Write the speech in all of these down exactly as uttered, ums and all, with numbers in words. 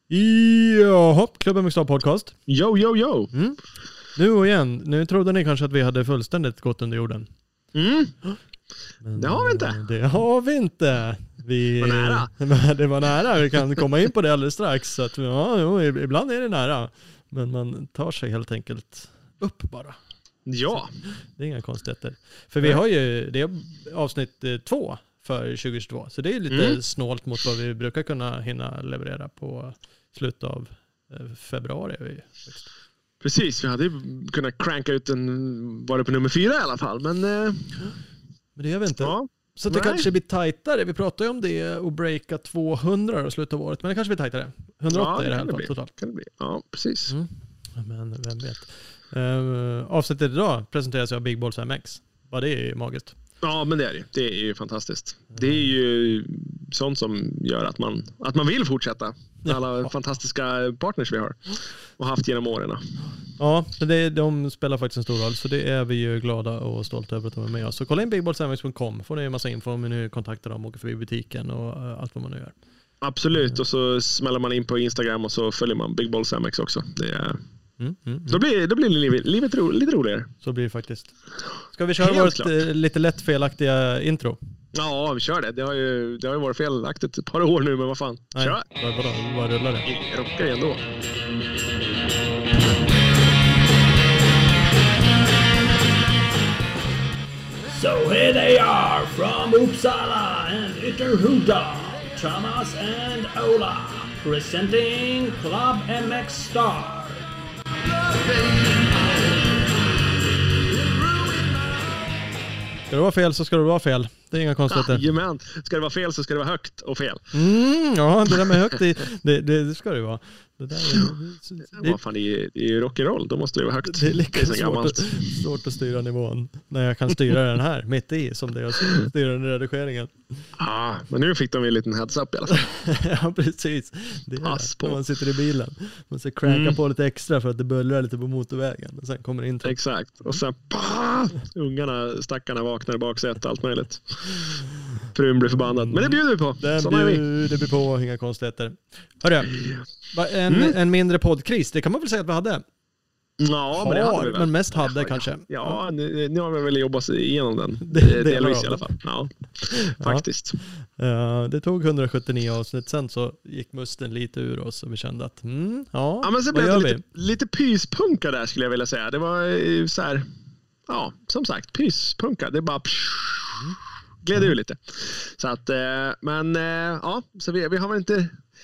Jaha, Klubben Mixed Podcast. Yo, yo, yo. Mm. Nu och igen. Nu trodde ni kanske att vi hade fullständigt gått under jorden. Mm. Men det har vi inte. Det har vi inte. Vi, var nära. Det var nära. Vi kan komma in på det alldeles strax. Så att, ja, jo, ibland är det nära. Men man tar sig helt enkelt upp bara. Ja. Det är inga konstigheter. För vi har ju, det är avsnitt två för tjugohundratjugotvå. Så det är lite mm. snålt mot vad vi brukar kunna hinna leverera på slutet av februari. Precis, vi hade ju kunnat cranka ut en, var det på nummer fyra i alla fall. Men, eh, men det gör vi inte. Ja. Så det Nej. kanske blir tajtare. Vi pratade ju om det och breaka tvåhundra i slutet av året. Men det kanske blir tajtare. hundraåttio ja, är det här det fall totalt. Kan det bli. Ja, precis. Mm. Men vem vet. Uh, avsnittet idag presenteras av Big Balls M X. Vad det är magiskt. Ja, men det är det. Det är ju fantastiskt. Det är ju sånt som gör att man, att man vill fortsätta. Alla ja. fantastiska partners vi har och haft genom åren. Ja, det, de spelar faktiskt en stor roll. Så det är vi ju glada och stolta över att de är med oss. Så kolla in big balls m x punkt com. Får ni en massa info om hur ni kontaktar dem, åker förbi butiken och uh, allt vad man nu gör. Absolut, och så smäller man in på Instagram och så följer man Big Balls M X också. Det är... mm, mm, mm. Då blir, då blir livet, livet ro, lite roligare. Så blir det faktiskt. Ska vi köra vårt uh, lite lätt felaktiga intro? Ja, vi kör det. Det har ju, det har ju varit felaktigt ett par år nu, men vad fan. Nej, kör! Vad, vadå? Vad rullar det? Jag rockar igen då. So here they are from Uppsala and Ytterhuda, Thomas and Ola, presenting Club M X Star. Ska det vara fel så ska det vara fel. Det är inga konstigheter. Jajamän. Ska det vara fel så ska det vara högt och fel. Mm, ja, det där med högt, det, det, det ska det vara. Det där är, det, vad fan, det är, det är ju rock'n'roll. Då måste det vara högt. Det är lika det är svårt, att, svårt att styra nivån när jag kan styra den här mitt i som det är att styra den i redigeringen. Ja, men nu fick de en liten heads up i alla fall. Ja, precis. Det är det. När man sitter i bilen. Man ska cranka mm. på lite extra för att det bullrar lite på motorvägen. Och sen kommer intro. Exakt. Och sen bah, ungarna, stackarna vaknar i baksätet, allt möjligt. Frun blir förbannad. Men det bjuder vi på. Den Såna bjuder, är vi. Det blir på, inga konstigheter. Hörru, en, mm. en mindre poddkris, det kan man väl säga att vi hade? Ja, men det hade vi väl. Men mest hade ja, kanske. Ja, ja nu, nu har vi väl jobbat igenom den. Det, det delvis i alla fall. Ja, faktiskt. Ja, det tog hundrasjuttionio avsnitt, sen så gick musten lite ur oss och vi kände att mm, ja, ja, men så blev det lite, lite pyspunka där skulle jag vilja säga. Det var så här, ja, som sagt, pyspunka. Det är bara psh, gled ur lite. Så att, men ja, så vi, vi har väl inte...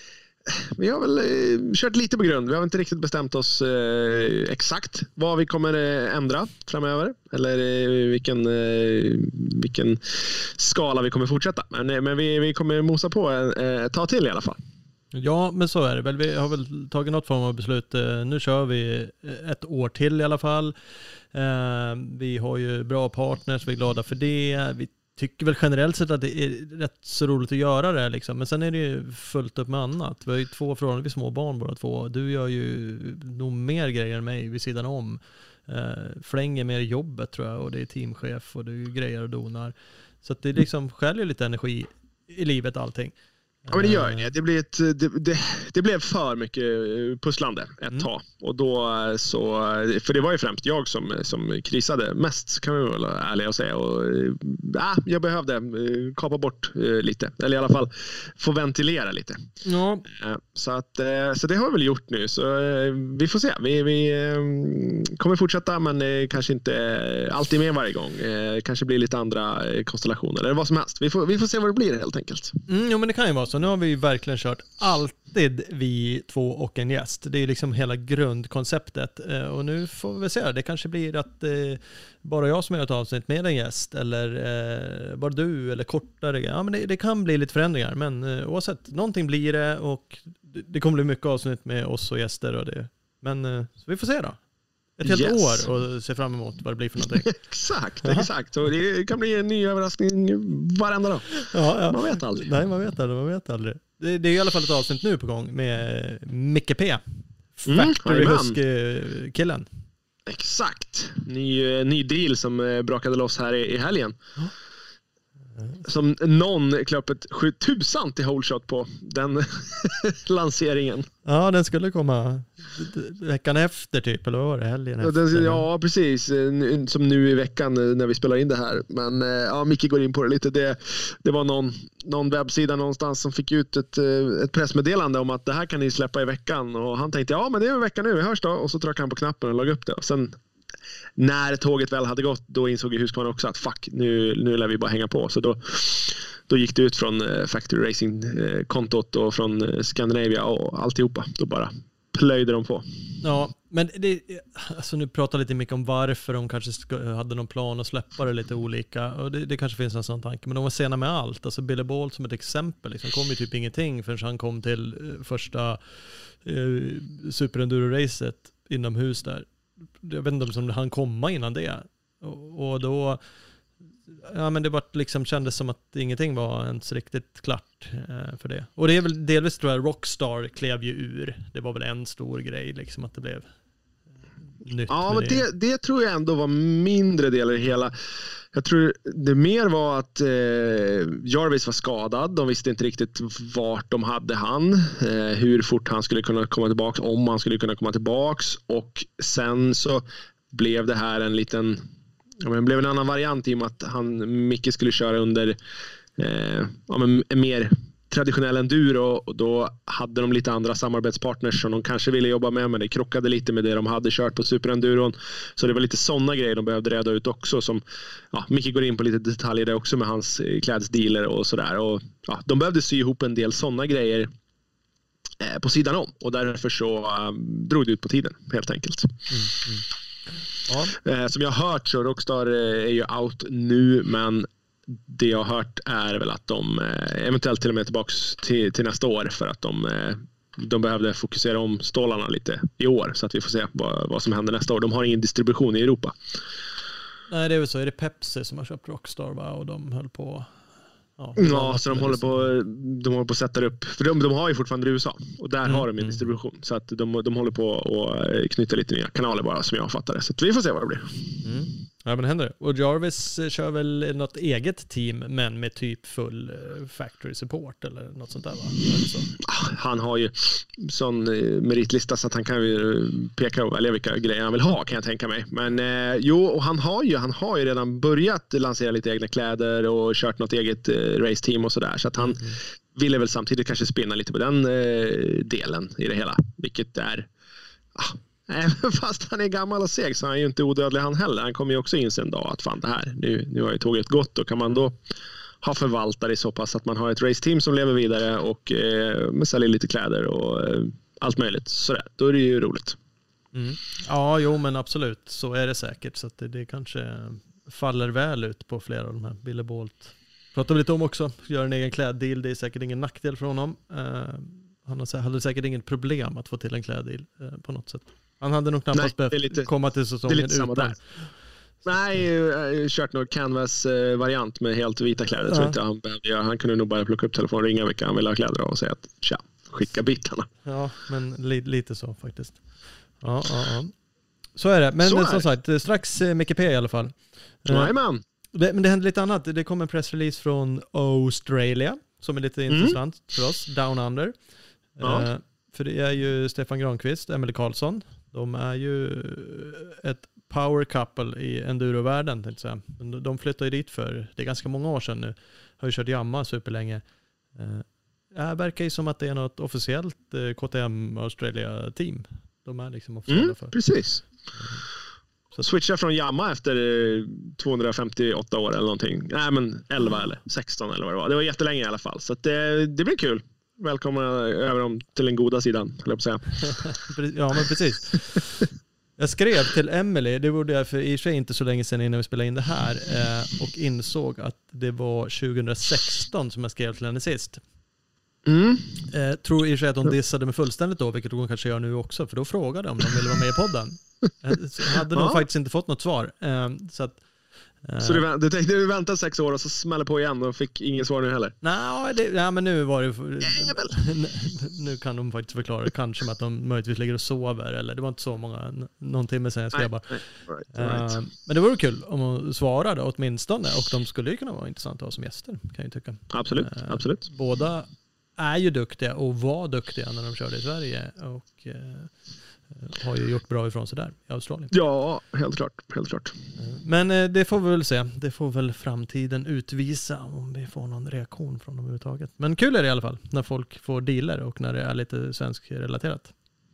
Vi har väl eh, kört lite på grund. Vi har inte riktigt bestämt oss eh, exakt vad vi kommer eh, ändra framöver. Eller eh, vilken, eh, vilken skala vi kommer fortsätta. Men, eh, men vi, vi kommer mosa på eh, ett tag till i alla fall. Ja, men så är det väl. Vi har väl tagit något form av beslut. Nu kör vi ett år till i alla fall. Eh, vi har ju bra partners. Vi är glada för det. Vi tycker väl generellt sett att det är rätt så roligt att göra det liksom. Men sen är det ju fullt upp med annat. Vi har ju två förhållandevis små barn båda två. Du gör ju nog mer grejer än mig vid sidan om. Uh, flänger mer i jobbet tror jag. Och det är teamchef och du grejer och donar. Så att det liksom skäljer lite energi i livet allting. Ja, men det gör det. Det blev, ett, det, det, det blev för mycket pusslande ett mm. tag. Och då så, för det var ju främst jag som, som krisade mest, kan vi väl vara ärliga och säga. Och, äh, jag behövde kapa bort lite. Eller i alla fall få ventilera lite. Ja. Så, att, så det har vi väl gjort nu. Så vi får se. Vi, vi kommer fortsätta, men kanske inte alltid med varje gång. Kanske blir lite andra konstellationer. Eller vad som helst. Vi får, vi får se vad det blir helt enkelt. Mm, jo, men det kan ju vara så. Så nu har vi verkligen kört alltid vi två och en gäst. Det är liksom hela grundkonceptet. Och nu får vi se. Det kanske blir att eh, bara jag som gör ett avsnitt med en gäst. Eller eh, bara du eller kortare. Ja, men det, det kan bli lite förändringar. Men eh, oavsett, någonting blir det. Och det, det kommer bli mycket avsnitt med oss och gäster. Och det. Men eh, så vi får se då. Ett helt yes. år och se fram emot vad det blir för någonting. Exakt, exakt. Och det kan bli en ny överraskning varenda dag. Ja, ja. Man vet aldrig. Nej, man vet aldrig. Man vet aldrig. Det, det är i alla fall ett avsnitt nu på gång med Micke P. Factory mm, Husk-killen. Exakt. Ny, ny deal som brakade loss här i, i helgen. som någon klöpet sjutusen till holeshot på den lanseringen. Ja, den skulle komma veckan efter typ, eller vad var det? Helgen ja, efter? Den, ja, precis. Som nu i veckan när vi spelar in det här. Men ja, Micke går in på det lite. Det, det var någon, någon webbsida någonstans som fick ut ett, ett pressmeddelande om att det här kan ni släppa i veckan. Och han tänkte, ja men det är en vecka nu, vi hörs då. Och så tryckte han på knappen och lade upp det. Och sen när tåget väl hade gått, då insåg ju Husqvarna också att fuck, nu, nu lär vi bara hänga på. Så då, då gick det ut från eh, Factory Racing-kontot och från eh, Scandinavia och alltihopa. Då bara plöjde de på. Ja, men det, alltså nu pratar lite mycket om varför de kanske ska, hade någon plan att släppa det lite olika. Och det, det kanske finns en sån tanke. Men de var sena med allt. Alltså Billy Bolt som ett exempel. Liksom, kom ju typ ingenting förrän han kom till första eh, Super-Enduro-racet inomhus där. Jag vet inte om han komma innan det. Och, och då ja, men det var liksom, kändes som att ingenting var ens riktigt klart eh, för det. Och det är väl delvis, tror jag, Rockstar klev ju ur. Det var väl en stor grej liksom, att det blev nytt. Ja, men det, det. det tror jag ändå var mindre del i det hela. Jag tror det mer var att eh, Jarvis var skadad. De visste inte riktigt vart de hade han. Eh, hur fort han skulle kunna komma tillbaka. Om han skulle kunna komma tillbaks. Och sen så blev det här en liten... Ja, men det blev en annan variant i och med att han, Micke skulle köra under eh, ja, men en mer traditionell enduro. Och då hade de lite andra samarbetspartners som de kanske ville jobba med, men det krockade lite med det de hade kört på superenduron. Så det var lite sådana grejer de behövde reda ut också. Som, ja, Micke går in på lite detaljer där också med hans klädsdealer och sådär. Och ja, de behövde sy ihop en del sådana grejer eh, på sidan om. Och därför så um, drog det ut på tiden, helt enkelt. Mm, mm. Ja. Eh, som jag har hört så Rockstar eh, är ju out nu, men det jag har hört är väl att de eh, eventuellt till och med tillbaks till, till nästa år, för att de, eh, de behövde fokusera om stålarna lite i år, så att vi får se vad, vad som händer nästa år. De har ingen distribution i Europa. Nej, det är väl så. Är det Pepsi som har köpt Rockstar, va? Och de höll på... Ja, ja så de håller, på, de håller på att sätta upp, för de, de har ju fortfarande i U S A och där mm, har de en distribution, så att de, de håller på att knyta lite nya kanaler bara, som jag fattar det, så att vi får se vad det blir. Mm. Ja, men det händer. Och Jarvis kör väl något eget team, men med typ full factory support eller något sånt där, va? Så. Han har ju sån meritlista så att han kan ju peka och välja vilka grejer han vill ha, kan jag tänka mig. Men eh, jo, och han har ju han har ju redan börjat lansera lite egna kläder och kört något eget eh, raceteam och sådär, så att han mm. ville väl samtidigt kanske spinna lite på den eh, delen i det hela, vilket är ah, även fast han är gammal och seg så är han ju inte odödlig han heller. Han kommer ju också in sen dag att fan det här, nu, nu har ju tåget gått, och kan man då ha förvaltare så pass att man har ett raceteam som lever vidare och eh, säljer lite kläder och eh, allt möjligt, sådär, då är det ju roligt. Mm. Ja, jo men absolut, så är det säkert, så att det, det kanske faller väl ut på flera av de här. Billy Bolt pratar vi lite om också, gör en egen kläddeal, det är säkert ingen nackdel för honom. Uh, han hade säkert inget problem att få till en kläddeal uh, på något sätt. Han hade nog knappast behövt lite, komma till säsongen utan. Där. Nej, jag har kört någon canvas-variant med helt vita kläder. Ja. Tror inte han behövde göra. Han kunde nog bara plocka upp telefonen och ringa vilka han ville ha kläder av och säga att tja, skicka bitarna. Ja, men li- lite så faktiskt. Ja, ja, ja. Så är det. Men så som sagt, strax Micke P i alla fall. Jajamän. Det, men det hände lite annat. Det kom en pressrelease från Australia som är lite mm. intressant för oss. Down Under. Ja. Uh, för det är ju Stefan Granqvist, Emily Karlsson. De är ju ett power couple i endurovärlden, tänkte jag säga. De flyttade ju dit för, det är ganska många år sedan nu. Har ju kört Yamaha superlänge. Uh, det verkar ju som att det är något officiellt uh, K T M Australia-team. De är liksom officiella mm, för. Precis. Så switcha från Yamaha efter tvåhundrafemtioåtta år eller någonting. Nej, men elva eller sexton eller vad det var. Det var jättelänge i alla fall. Så att det, det blir kul. Välkomna över dem till den goda sidan, höll jag på att säga. Ja, men precis. Jag skrev till Emily, det gjorde jag för i och för sig inte så länge sedan innan vi spelade in det här, och insåg att det var tjugohundrasexton som jag skrev till henne sist. Mm. Eh, tror i och för sig att hon dissade mig fullständigt då, vilket hon kanske gör nu också, för då frågade de om de ville vara med i podden. Jag hade nog ja. faktiskt inte fått något svar. Eh, så att, Så du, vänt, du tänkte du vänta sex år och så smäller på igen och fick ingen svar nu heller? Nej, det, ja, men nu var det... Nu kan de faktiskt förklara kanske med att de möjligtvis ligger och sover. Eller det var inte så många, någon timme sedan jag skrev bara. Nej, right, right. Uh, men det vore kul om de svarade åtminstone. Och de skulle ju kunna vara intressanta att ha som gäster, kan jag tycka. Absolut, uh, absolut. Båda är ju duktiga och var duktiga när de körde i Sverige. Och... Uh, har ju gjort bra ifrån sig där i Australien. Ja, helt klart. Helt klart. Men det får vi väl se. Det får väl framtiden utvisa om vi får någon reaktion från dem överhuvudtaget. Men kul är det i alla fall när folk får dealer och när det är lite svensk relaterat.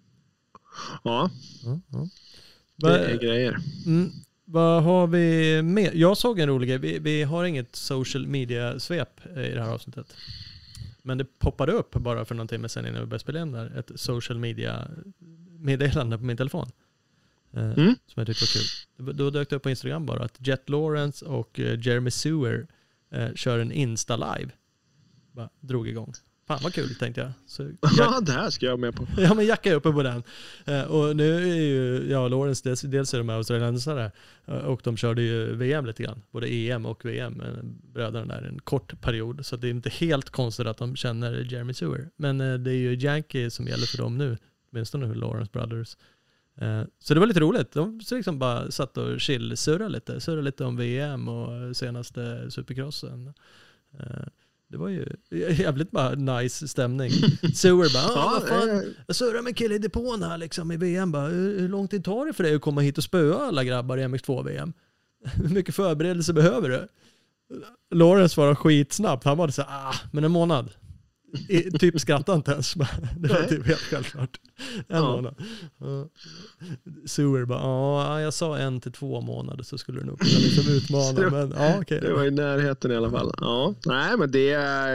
Ja, ja, ja. det är grejer. Mm, vad har vi med? Jag såg en rolig grej. Vi, vi har inget social media-svep i det här avsnittet. Men det poppade upp bara för någon timme sedan innan vi började spela in där. Ett social media meddelande på min telefon. Mm. Som jag tyckte var kul. Då dök det upp på Instagram bara att Jet Lawrence och Jeremy Sewer eh, kör en Insta-live. Bara drog igång. Fan vad kul, tänkte jag. Så jag ja, det här ska jag med på. Ja, men jackade uppe på den. Eh, och nu är ju, ja, Lawrence, dels, dels är de australiensare eh, och de körde ju V M lite grann. Både E M och V M. Eh, bröderna där en kort period. Så det är inte helt konstigt att de känner Jeremy Sewer. Men eh, det är ju Yankee som gäller för dem nu. Åtminstone nu, Lawrence Brothers. Eh, så det var lite roligt. De så liksom bara satt och chill, surra lite. Surra lite om V M och senaste supercrossen. Eh, Det var ju jävligt bara nice stämning. Sewer bara, ah, vad fan, jag surrar med kille i depån här liksom i V M. Bara, hur lång tid tar det för dig att komma hit och spöa alla grabbar i M X två V M? Hur mycket förberedelse behöver du? Lawrence var skitsnabbt. Han var så ah, men en månad. I, typ skrattade inte ens. Det var typ helt självklart. En ja. månad. Uh, Sewer bara, ja, jag sa en till två månader så skulle du nog kunna liksom utmana. Men, ja, okay. Det var i närheten i alla fall. Ja, nej, men det är...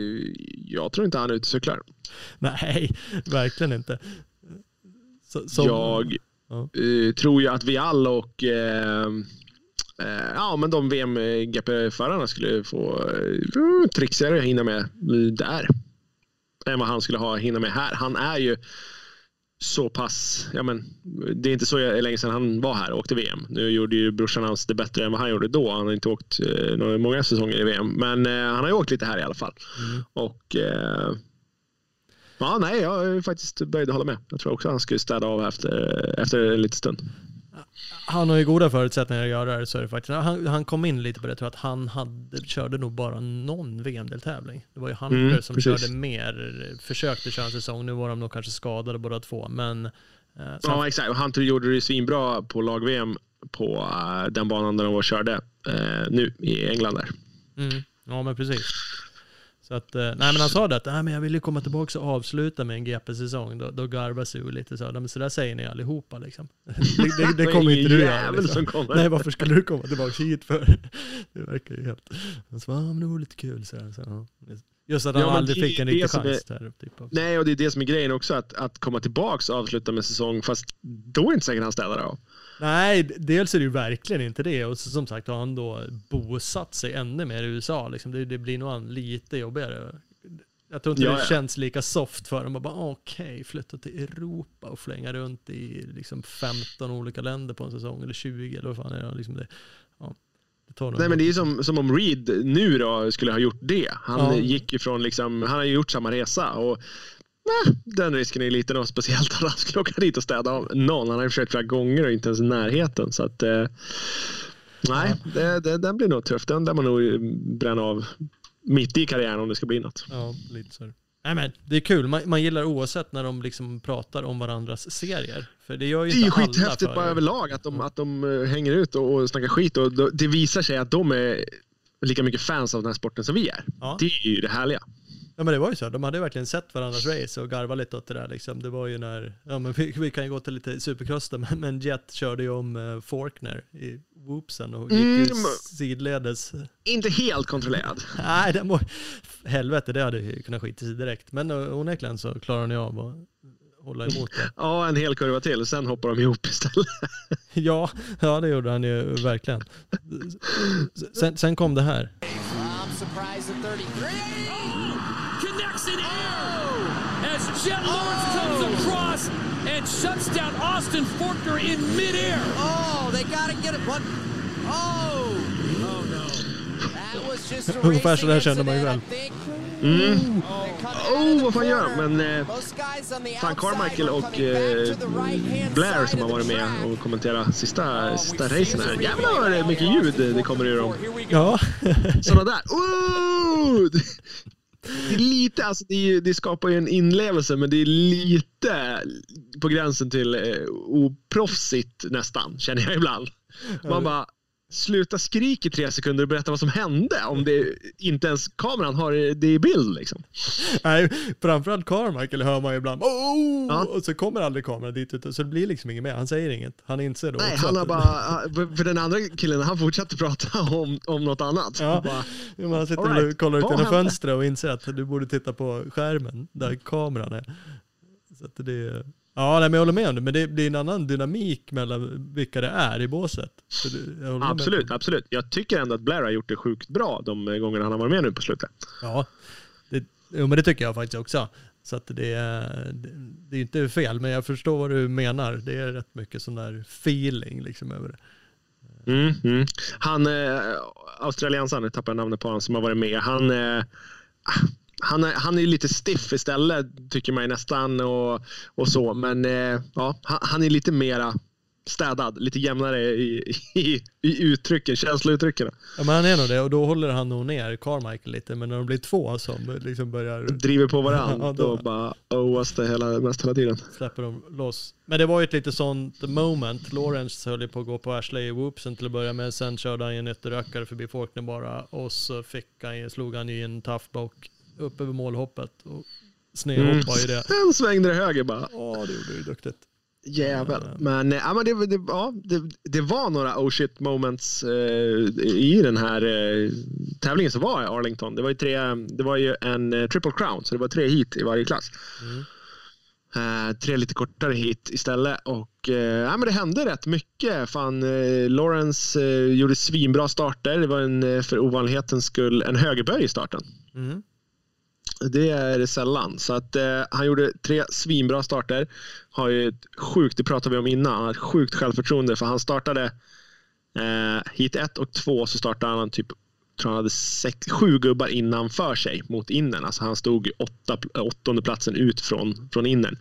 Jag tror inte han är utcyklar. Nej, verkligen inte. Så, så, jag ja. uh, tror ju att vi alla och... Uh, Uh, ja, men de V M-G P-förarna skulle få uh, trixigare hinna med där än vad han skulle ha hinna med här. Han är ju så pass, ja men det är inte så länge sedan han var här och åkte V M. Nu gjorde ju brorsan hans det bättre än vad han gjorde då. Han har inte åkt uh, några många säsonger i V M, men uh, han har ju åkt lite här i alla fall. Mm. Och uh, ja, nej, jag är faktiskt började hålla med. Jag tror också att han skulle städa av efter, efter en liten stund. Han har ju goda förutsättningar att göra det, så är det faktiskt. Han, han kom in lite på det, tror jag, att han hade, körde nog bara någon V M-deltävling. Det var ju Hunter mm, som precis. körde mer, försökte köra en säsong. Nu var de nog kanske skadade båda två, men... Eh, ja, han... exakt. Och Hunter gjorde det svinbra på lag-V M på uh, den banan där de var körde uh, nu i England där. Mm. Ja, men precis. Så att, nej men han sa det att nej, men jag vill ju komma tillbaka och avsluta med en G P-säsong. Då, då garvas ju lite så. Men så där säger ni allihopa liksom. Det, det, det kommer inte du göra. Liksom. Nej, varför skulle du komma tillbaka hit för? Det verkar ju helt... Han sa, men det var lite kul. Så här, så, ja. Just att han ja, aldrig fick en riktig chans. Är, där, typ, nej, och det är det som är grejen också. Att, att komma tillbaka och avsluta med säsong. Fast då är inte säkert han städar av. Nej, dels är det ju verkligen inte det. Och så, som sagt har han då bosatt sig ännu mer i U S A. Liksom. Det, det blir nog lite jobbigare. Jag tror inte ja, det ja. känns lika soft för dem. Bara, okej, okay, flytta till Europa och flänga runt i liksom femton olika länder på en säsong. Eller tjugo, eller vad fan är det? Liksom det, ja, det tar Nej, men det är som, som om Reed nu då skulle ha gjort det. Han ja. gick ifrån liksom, han har gjort samma resa och nej, den risken är liten och speciellt att han skulle åka dit och städa av någon. Han har ju försökt flera gånger och inte ens i närheten. Så att, eh, nej, ja. det, det, den blir nog tuff. Den där man nog bränna av mitt i karriären om det ska bli något. Ja, lite så. Nej, men det är kul. Man, man gillar oavsett när de liksom pratar om varandras serier. För det gör ju det är inte ju skithäftigt bara överlag att de, att de hänger ut och, och snackar skit. Och det visar sig att de är lika mycket fans av den här sporten som vi är. Ja. Det är ju det härliga. Ja, men det var ju så. De hade verkligen sett varandras race och garvat lite åt det där. Liksom. Det var ju när, ja men vi, vi kan ju gå till lite supercross men, men Jet körde ju om uh, Faulkner i Whoopsen och gick mm, ju sidledes. Inte helt kontrollerad. Nej, det må, helvete, det hade ju kunnat skita sig direkt. Men uh, onekligen så klarar hon ju av att hålla emot det. Ja, en hel kurva till och sen hoppar de ihop istället. ja, ja, det gjorde han ju verkligen. Sen, sen kom det här. Connects in air as Jet Lawrence comes across and shuts down Austin Faulkner in midair. Oh, they gotta get it. What? Oh, Ungefär så där känner man ju väl. Mm. Oh, vad fan gör de? Men eh, fan Carmichael och eh, Blair som har varit med och kommenterat sista, sista racen här. Jävlar vad det är mycket ljud det kommer ur dem. Ja. Sådana där. Oh! Det är lite, alltså det, det skapar ju en inlevelse, men det är lite på gränsen till eh, oproffsigt nästan, känner jag ibland. Man bara, sluta skrik i tre sekunder och berätta vad som hände om det inte ens kameran har det i bild liksom. Nej, framförallt Carmichael hör man ju ibland oh! Ja. Och så kommer aldrig kameran dit ut, så det blir liksom inget mer. Han säger inget. Han inser då. Nej, han har bara, för den andra killen han fortsatte prata om, om något annat. Ja, bara, ja, man sitter right. och kollar ut genom hände? fönstret och inser att du borde titta på skärmen där kameran är. Så att det är... Ja, nej, men jag håller med om det, men det blir en annan dynamik mellan vilka det är i båset. Så det, jag absolut, absolut. Jag tycker ändå att Blair har gjort det sjukt bra de gångerna han har varit med nu på slutet. Ja, det, jo, men det tycker jag faktiskt också. Så att det är, det, det är inte fel, men jag förstår vad du menar. Det är rätt mycket sån där feeling liksom över det. Mm, mm. Han, eh, australiensaren, jag tappar namnet på honom som har varit med, han... Eh, Han är, han är lite stiff istället tycker man nästan och, och så, men eh, ja, han är lite mera städad, lite jämnare i, i, i uttrycken, känslouttrycken. Ja, men han är nog det, och då håller han nog ner Carmichael lite, men när de blir två som liksom börjar... Driver på varandra, ja, då då bara oas det hela, mest hela tiden. Släpper de loss. Men det var ju ett lite sånt moment. Lawrence höll på att gå på Ashley Whoopsen till att börja med, sen körde han en ytterrökare förbi Faulkner bara, och så fick han, slog han i en tough block upp över målhoppet och snedhoppade i det. Sen svängde det höger bara. Ja, det gjorde det duktigt. Jävel. Men, ja, men det, det, ja, det, det var några oh shit moments eh, i den här eh, tävlingen som var i Arlington. Det var ju, tre, det var ju en eh, triple crown, så det var tre hit i varje klass. Mm. Eh, tre lite kortare hit istället. Och eh, ja, men det hände rätt mycket. Fan, eh, Lawrence eh, gjorde svinbra starter. Det var en, för ovanlighetens skull en högerböj i starten. Mm. Det är det sällan. Så att eh, han gjorde tre svinbra starter. Har ju ett sjukt, det pratade vi om innan. Han har ett sjukt självförtroende, för han startade eh, hit ett och två, så startade han typ, tror han hade sex, sju gubbar innanför sig mot innern. Alltså han stod åtta, åttonde platsen ut från, från innern.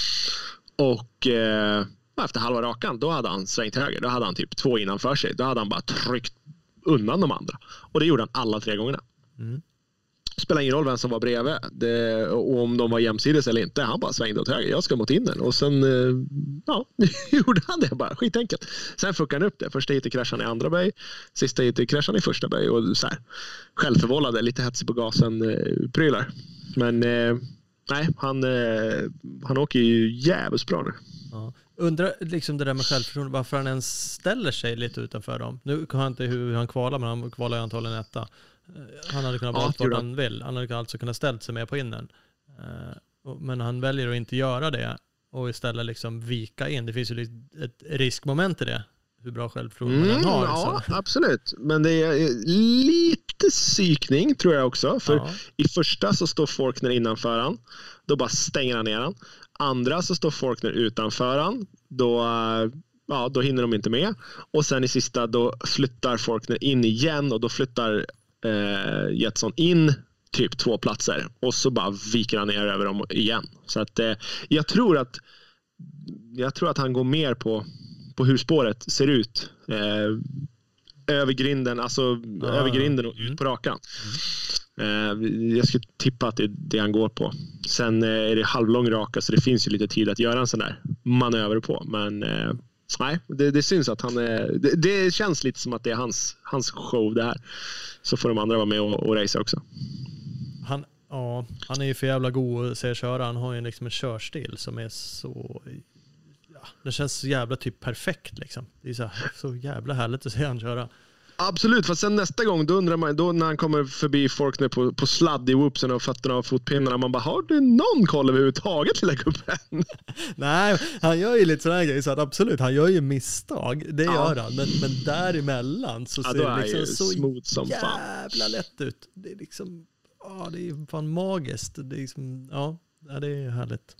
Och eh, efter halva rakan, då hade han svängt höger. Då hade han typ två innanför sig. Då hade han bara tryckt undan de andra. Och det gjorde han alla tre gångerna. Mm. Spelar ingen roll vem som var bredvid det, och om de var jämsides eller inte. Han bara svängde åt höger. Jag ska mot innern. Och sen ja, gjorde han det bara. Skitenkelt. Sen fuckade han upp det. Första hit kraschade i andra böj. Sista hit kraschade i första böj. Och så här, självförvållade, lite hetsig på gasen eh, prylar. Men eh, nej, han, eh, han åker ju jävligt bra nu. Ja. Undrar liksom det där med självförtroende, varför han ens ställer sig lite utanför dem. Nu kan han inte hur han kvalar, men han kvalar ju antagligen etta. Han hade kunnat valt ja, vad han vill. Han hade alltså kunnat ställt sig med på innern. Men han väljer att inte göra det och istället liksom vika in. Det finns ju ett riskmoment i det. Hur bra självförtroende mm, han har. Ja, så. Absolut. Men det är lite psykning tror jag också. För ja. I första så står Faulkner innanför han. Då bara stänger han ner han. Andra så står Faulkner utanför han. Då... Ja, då hinner de inte med. Och sen i sista då flyttar Faulkner in igen, och då flyttar eh, Jetson in typ två platser, och så bara viker han ner över dem igen. Så att eh, jag tror att jag tror att han går mer på, på hur spåret ser ut eh, över grinden, alltså ah. över grinden och ut på rakan. Mm. Eh, jag skulle tippa att det är det han går på. Sen eh, är det halvlång raka, så det finns ju lite tid att göra en sån där manöver på, men eh, nej, det, det syns att han är, det, det känns lite som att det är hans, hans show det här. Så får de andra vara med och, och racea också. Han, ja, han är ju för jävla god att se köra. Han har ju liksom en körstil som är så... Ja, det känns så jävla typ perfekt liksom. Det är så, så jävla härligt att se han köra. Absolut, för sen nästa gång då undrar man, då när han kommer förbi Faulkner på, på sladd i whoopsen och fötterna och fotpinnarna, man bara, har du någon koll överhuvudtaget lilla gubben? Nej, han gör ju lite sådana grejer, så att absolut, han gör ju misstag, det ja. gör han, men, men däremellan så ja, ser det liksom så smooth som jävla fan. Lätt ut. Det är liksom, ja, det är fan magiskt. Det är liksom, ja, det är härligt.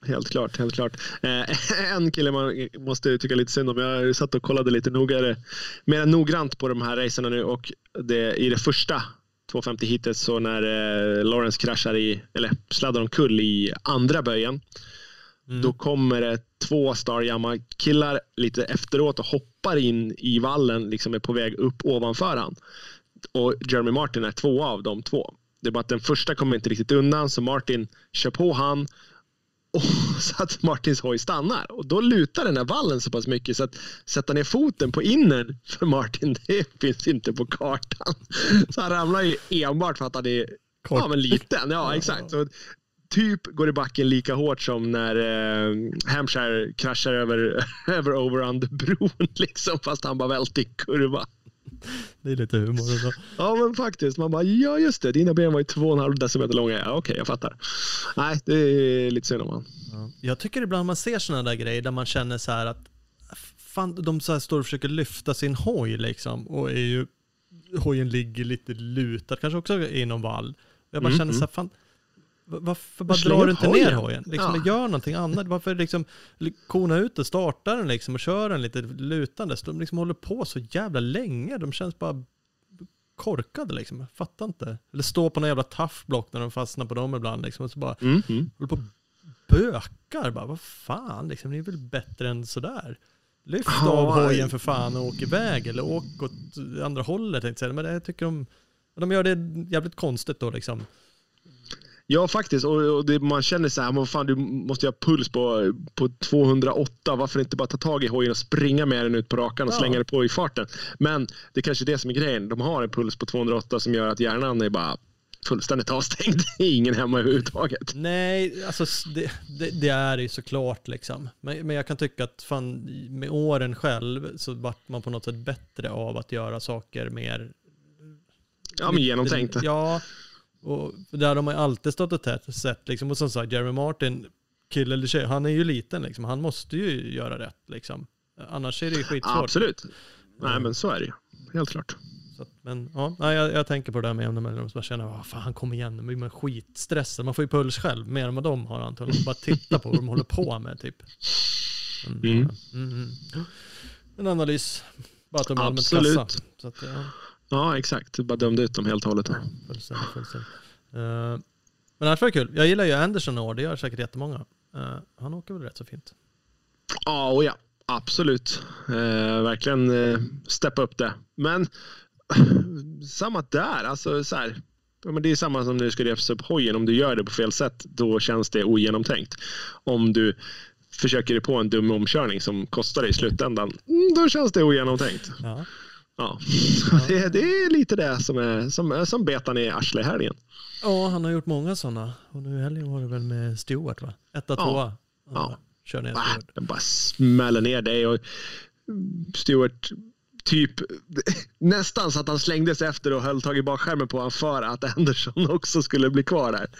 Helt klart, helt klart. Eh, en kille man måste tycka lite synd om. Jag satt och kollade lite noggrant, mer noggrant på de här racerna nu, och det, i det första tvåhundrafemtio hitet så när eh, Lawrence kraschar i, eller sladdar omkull i andra böjen, mm. då kommer det två Starjamma killar lite efteråt och hoppar in i vallen, liksom är på väg upp ovanför han. Och Jeremy Martin är två av de två. Det är bara att den första kommer inte riktigt undan, så Martin kör på han, och så att Martins hoj stannar. Och då lutar den här vallen så pass mycket så att sätta ner foten på innern för Martin, det finns inte på kartan. Så han ramlar ju enbart för att han är ja, men liten. Ja, exakt. Så typ går i backen lika hårt som när eh, Hampshire kraschar över, över over-under-bron liksom, fast han bara välte i kurva. Det är lite humor då. Ja, men faktiskt. Man bara, ja just det, dina ben var ju två och en halv decimeter långa. Ja, okej, okay, jag fattar. Nej, det är lite synd om man. Ja. Jag tycker ibland man ser sådana där grejer där man känner så här att fan, de så här står och försöker lyfta sin hoj liksom, och är ju, hojen ligger lite lutad, kanske också inom vall. Jag bara mm, känner så här, fan, varför bara drar du inte hojen ner hojen? Liksom, ja. Gör någonting annat. Varför liksom kona ut och starta den liksom och kör den lite lutande? De liksom håller på så jävla länge. De känns bara korkade liksom. Jag fattar inte. Eller stå på någon jävla taffblock när de fastnar på dem ibland liksom, och så bara mm, mm. håller på bökar. Bara, vad fan liksom, det är väl bättre än sådär. Lyft oh, av hojen för fan och åk iväg. Eller åk åt andra hållet. Tänkte jag. Men det, jag tycker de, de gör det jävligt konstigt då liksom. Ja, faktiskt. Och, och det, man känner så här, vad fan, du måste ha puls på, på tvåhundraåtta. Varför inte bara ta tag i hojen och springa med den ut på rakan och ja. slänga det på i farten? Men det är kanske det som är grejen. De har en puls på tvåhundraåtta som gör att hjärnan är bara fullständigt avstängd. Ingen hemma överhuvudtaget. Nej, alltså det, det, det är ju såklart liksom. Men, men jag kan tycka att fan, med åren själv så vart man på något sätt bättre av att göra saker mer... Ja, men genomtänkt. Ja, och där de har alltid stått och tätt sett liksom. Och som sagt, Jeremy Martin, kille eller tjej, han är ju liten liksom. Han måste ju göra rätt liksom. Annars är det ju skitsvårt. Absolut. Nej, men så är det ju. Helt klart. Så att, men ja, jag, jag tänker på det där med jämna mellanrum. Man känner, vad fan, han kommer igen. Man blir skitstressad. Man får ju puls själv. Mer än vad de har antagligen. Bara titta på vad de håller på med typ. Mm. Mm. Mm. En analys. Bara att de är allmänt kassa. Så att, ja. Ja, exakt. Bara dömde ut dem helt och hållet. Ja, fullständigt, fullständigt. Uh, men annars var det kul. Jag gillar ju Anderson år. Det gör säkert jättemånga. Uh, han åker väl rätt så fint. Ja, och ja. Absolut. Uh, verkligen uh, steppa upp det. Men samma där. Alltså så här. Men det är samma som när du ska resa upp hojen. Om du gör det på fel sätt, då känns det ogenomtänkt. Om du försöker dig på en dum omkörning som kostar dig i slutändan, då känns det ogenomtänkt. Ja. Ja, det, det är lite det som är som, som betan i Ashley här igen. Ja, han har gjort många sådana. Och nu helgen var det väl med Stewart, va? Etta, ja. tvåa. Ja. Ja. Kör ner Stewart. Den bara smäller ner dig. Och Stewart typ nästan så att han slängdes efter och höll tag i bakskärmen på han för att Anderson också skulle bli kvar där.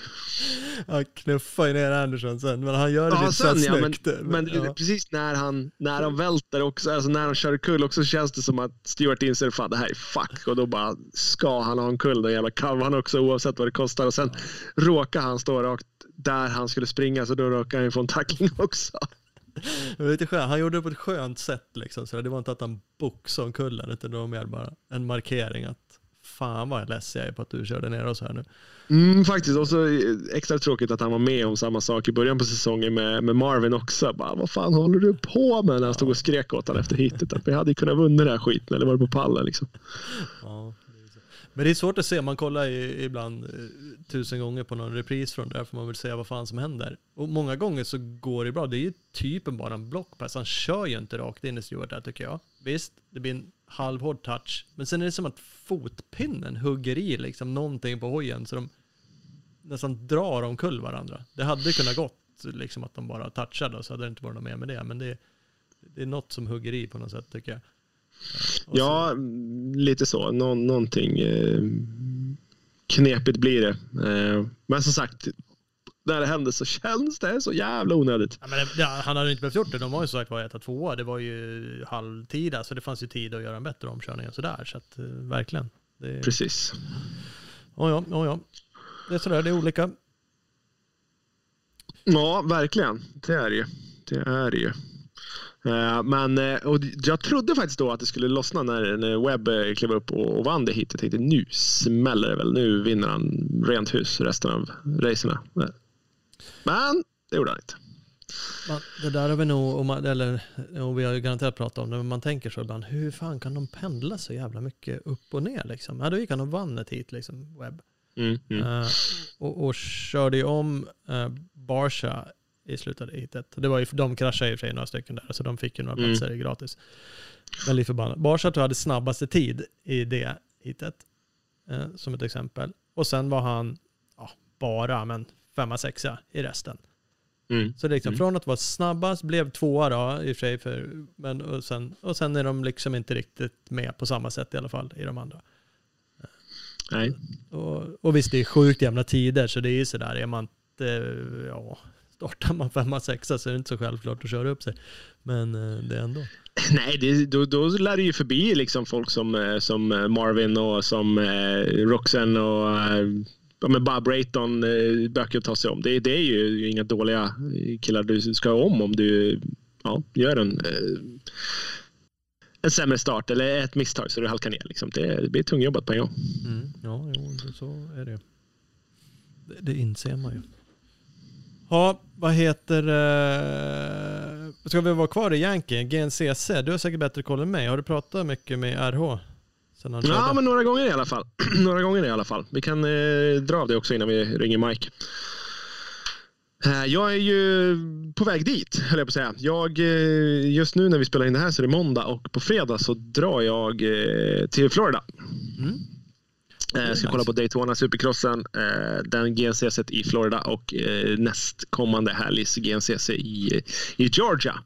Han knuffar ju ner Anderson sen, men han gör det ja, lite sen, så snyggt. Ja, men, men ja. Precis när han när de välter också, alltså när de kör kull också, känns det som att Stewart inser fan det här är fuck, och då bara ska han ha en kull, då jävla kan han också oavsett vad det kostar, och sen ja. råkar han stå rakt där han skulle springa, så då råkar han få en tackling också. Lite skönt. Han gjorde det på ett skönt sätt liksom, så det var inte att han boxade om kullen, utan det var mer bara en markering att fan vad jag ledsen jag är på att du körde ner oss här nu. Mm, faktiskt. Och så extra tråkigt att han var med om samma sak i början på säsongen med, med Marvin också. Bara, vad fan håller du på med? När han stod och skrek åt honom efter hitet. Att vi hade kunnat vinna den här skiten, eller var det på pallen liksom. Ja, men det är svårt att se. Man kollar i, ibland eh, tusen gånger på någon repris från det, för man vill säga vad fan som händer. Och många gånger så går det bra. Det är ju typen bara en blockpass. Han kör ju inte rakt in i Stewart där, tycker jag. Visst, det blir en halvhård touch. Men sen är det som att fotpinnen hugger i liksom någonting på hojen, så de nästan drar omkull varandra. Det hade kunnat gått liksom att de bara touchade, så hade det inte varit något mer med det. Men det, det är något som hugger i på något sätt, tycker jag. Och ja, så. Lite så. Nå- någonting eh, knepigt blir det. Eh, men som sagt, när det händer så känns det så jävla onödigt. Ja, men det, ja, han hade inte behövt gjort det. De var ju så sagt var ett två. Det var ju halvtida, så det fanns ju tid att göra en bättre omkörning och sådär. Så att, eh, verkligen. Det... Precis. Ja, ja, ja, ja. Det är sådär, det är olika. Ja, verkligen. Det är det ju. Det är det ju. Uh, men uh, och jag trodde faktiskt då att det skulle lossna när, när Webb uh, klev upp och, och vann det hit. Jag tänkte, nu smäller det väl. Nu vinner han rent hus resten av racerna. Men det gjorde han inte. Man, det där har vi nog, och, man, eller, och vi har ju garanterat pratat om det, men man tänker så ibland, hur fan kan de pendla så jävla mycket upp och ner liksom? Ja, då gick han och vann ett hit liksom, Webb. Mm, mm. Uh, och, och körde ju om uh, Barcia i slutet av hitet. Det var ju, de kraschade i och för sig några stycken där, så de fick ju några mm. platser gratis. Men lite förbannat. Barcia tror jag hade snabbaste tid i det hitet, uh, som ett exempel. Och sen var han ja, bara men femma, sexa i resten. Mm. Så det liksom, mm. från att vara snabbast blev tvåa då, i och för sig, för, men, och, sen, och sen är de liksom inte riktigt med på samma sätt i alla fall i de andra. Nej. Och, och visst, det är sjukt jämna tider, så det är ju sådär, är man inte, ja, startar man femma, sexa så är det inte så självklart att köra upp sig. Men det är ändå. Nej, det, då, då lär det ju förbi liksom folk som, som Marvin och som eh, Roxanne och ja, men bara Brayton eh, böcker att ta sig om. Det, det är ju inga dåliga killar du ska om om du ja, gör en, eh, en sämre start eller ett misstag så du halkar ner. Liksom. Det, det blir tungjobbat på en gång. Mm, ja, jo, så är det. det. Det inser man ju. Ja, vad heter... Uh, ska vi vara kvar i Yankee? G N C C, du har säkert bättre koll än mig. Har du pratat mycket med R H? Ja, men några gånger i alla fall. några gånger i alla fall. Vi kan eh, dra av det också innan vi ringer Mike. Eh, jag är ju på väg dit, höll jag på att säga. Jag, eh, just nu när vi spelar in det här så är det måndag och på fredag så drar jag eh, till Florida. Mm. Eh, jag ska nice. kolla på Daytona Supercrossen, eh, den G N C C i Florida och eh, nästkommande helgs G N C C i, i Georgia.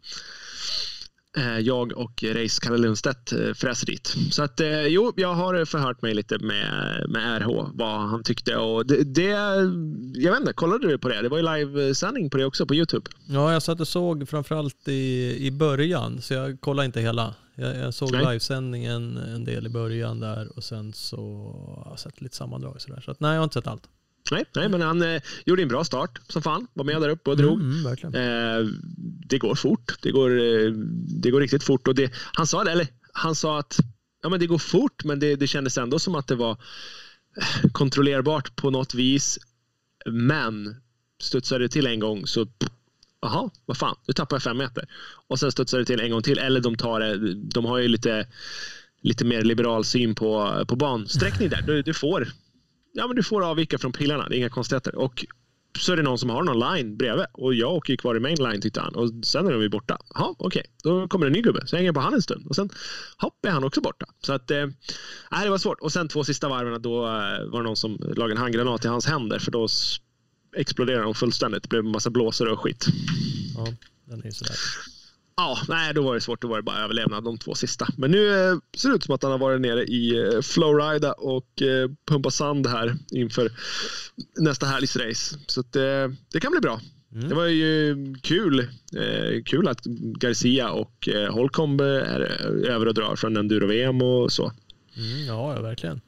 Jag och Reis Kalle Lundstedt fräser dit. Så att jo, jag har förhört mig lite med, med R H vad han tyckte och det, det jag vet inte, kollade du på det? Det var ju livesändning på det också på YouTube. Ja, jag satt och såg framförallt i, i början så jag kollade inte hela. Jag, jag såg nej. livesändningen en del i början där och sen så har jag sett lite sammandrag sådär. Så att nej, jag har inte sett allt. Nej, nej, men han eh, gjorde en bra start som fan. Var med där uppe och drog. Mm, verkligen. Eh, det går fort. Det går, eh, det går riktigt fort. Och det, han sa det, eller han sa att ja, men det går fort, men det, det kändes ändå som att det var kontrollerbart på något vis. Men studsade det till en gång så jaha, vad fan, nu tappar jag fem meter. Och sen studsade det till en gång till. Eller de tar det, de har ju lite, lite mer liberal syn på, på bansträckning där. Du, du får Ja, men du får avvika från pilarna, det är inga konstigheter. Och så är det någon som har någon line bredvid. Och jag åker kvar i main line, tyckte han. Och sen är de borta. Ja, okej. Okay. Då kommer en ny gubbe. Så jag hänger på han en stund. Och sen hopp är han också borta. Så att, eh, det var svårt. Och sen två sista varven då eh, var det någon som lagade en handgranat i hans händer. För då exploderade de fullständigt. Det blev en massa blåsor och skit. Ja, den är ju sådär. Ja, nej, då var det svårt. Då var det bara överlevnad de två sista. Men nu eh, ser det ut som att han har varit nere i eh, Florida och eh, pumpat sand här inför nästa helgs race. Så att, eh, det kan bli bra. Mm. Det var ju kul eh, kul att Garcia och eh, Holcomb är över och drar från Enduro-V M och så. Mm, ja, ja, verkligen.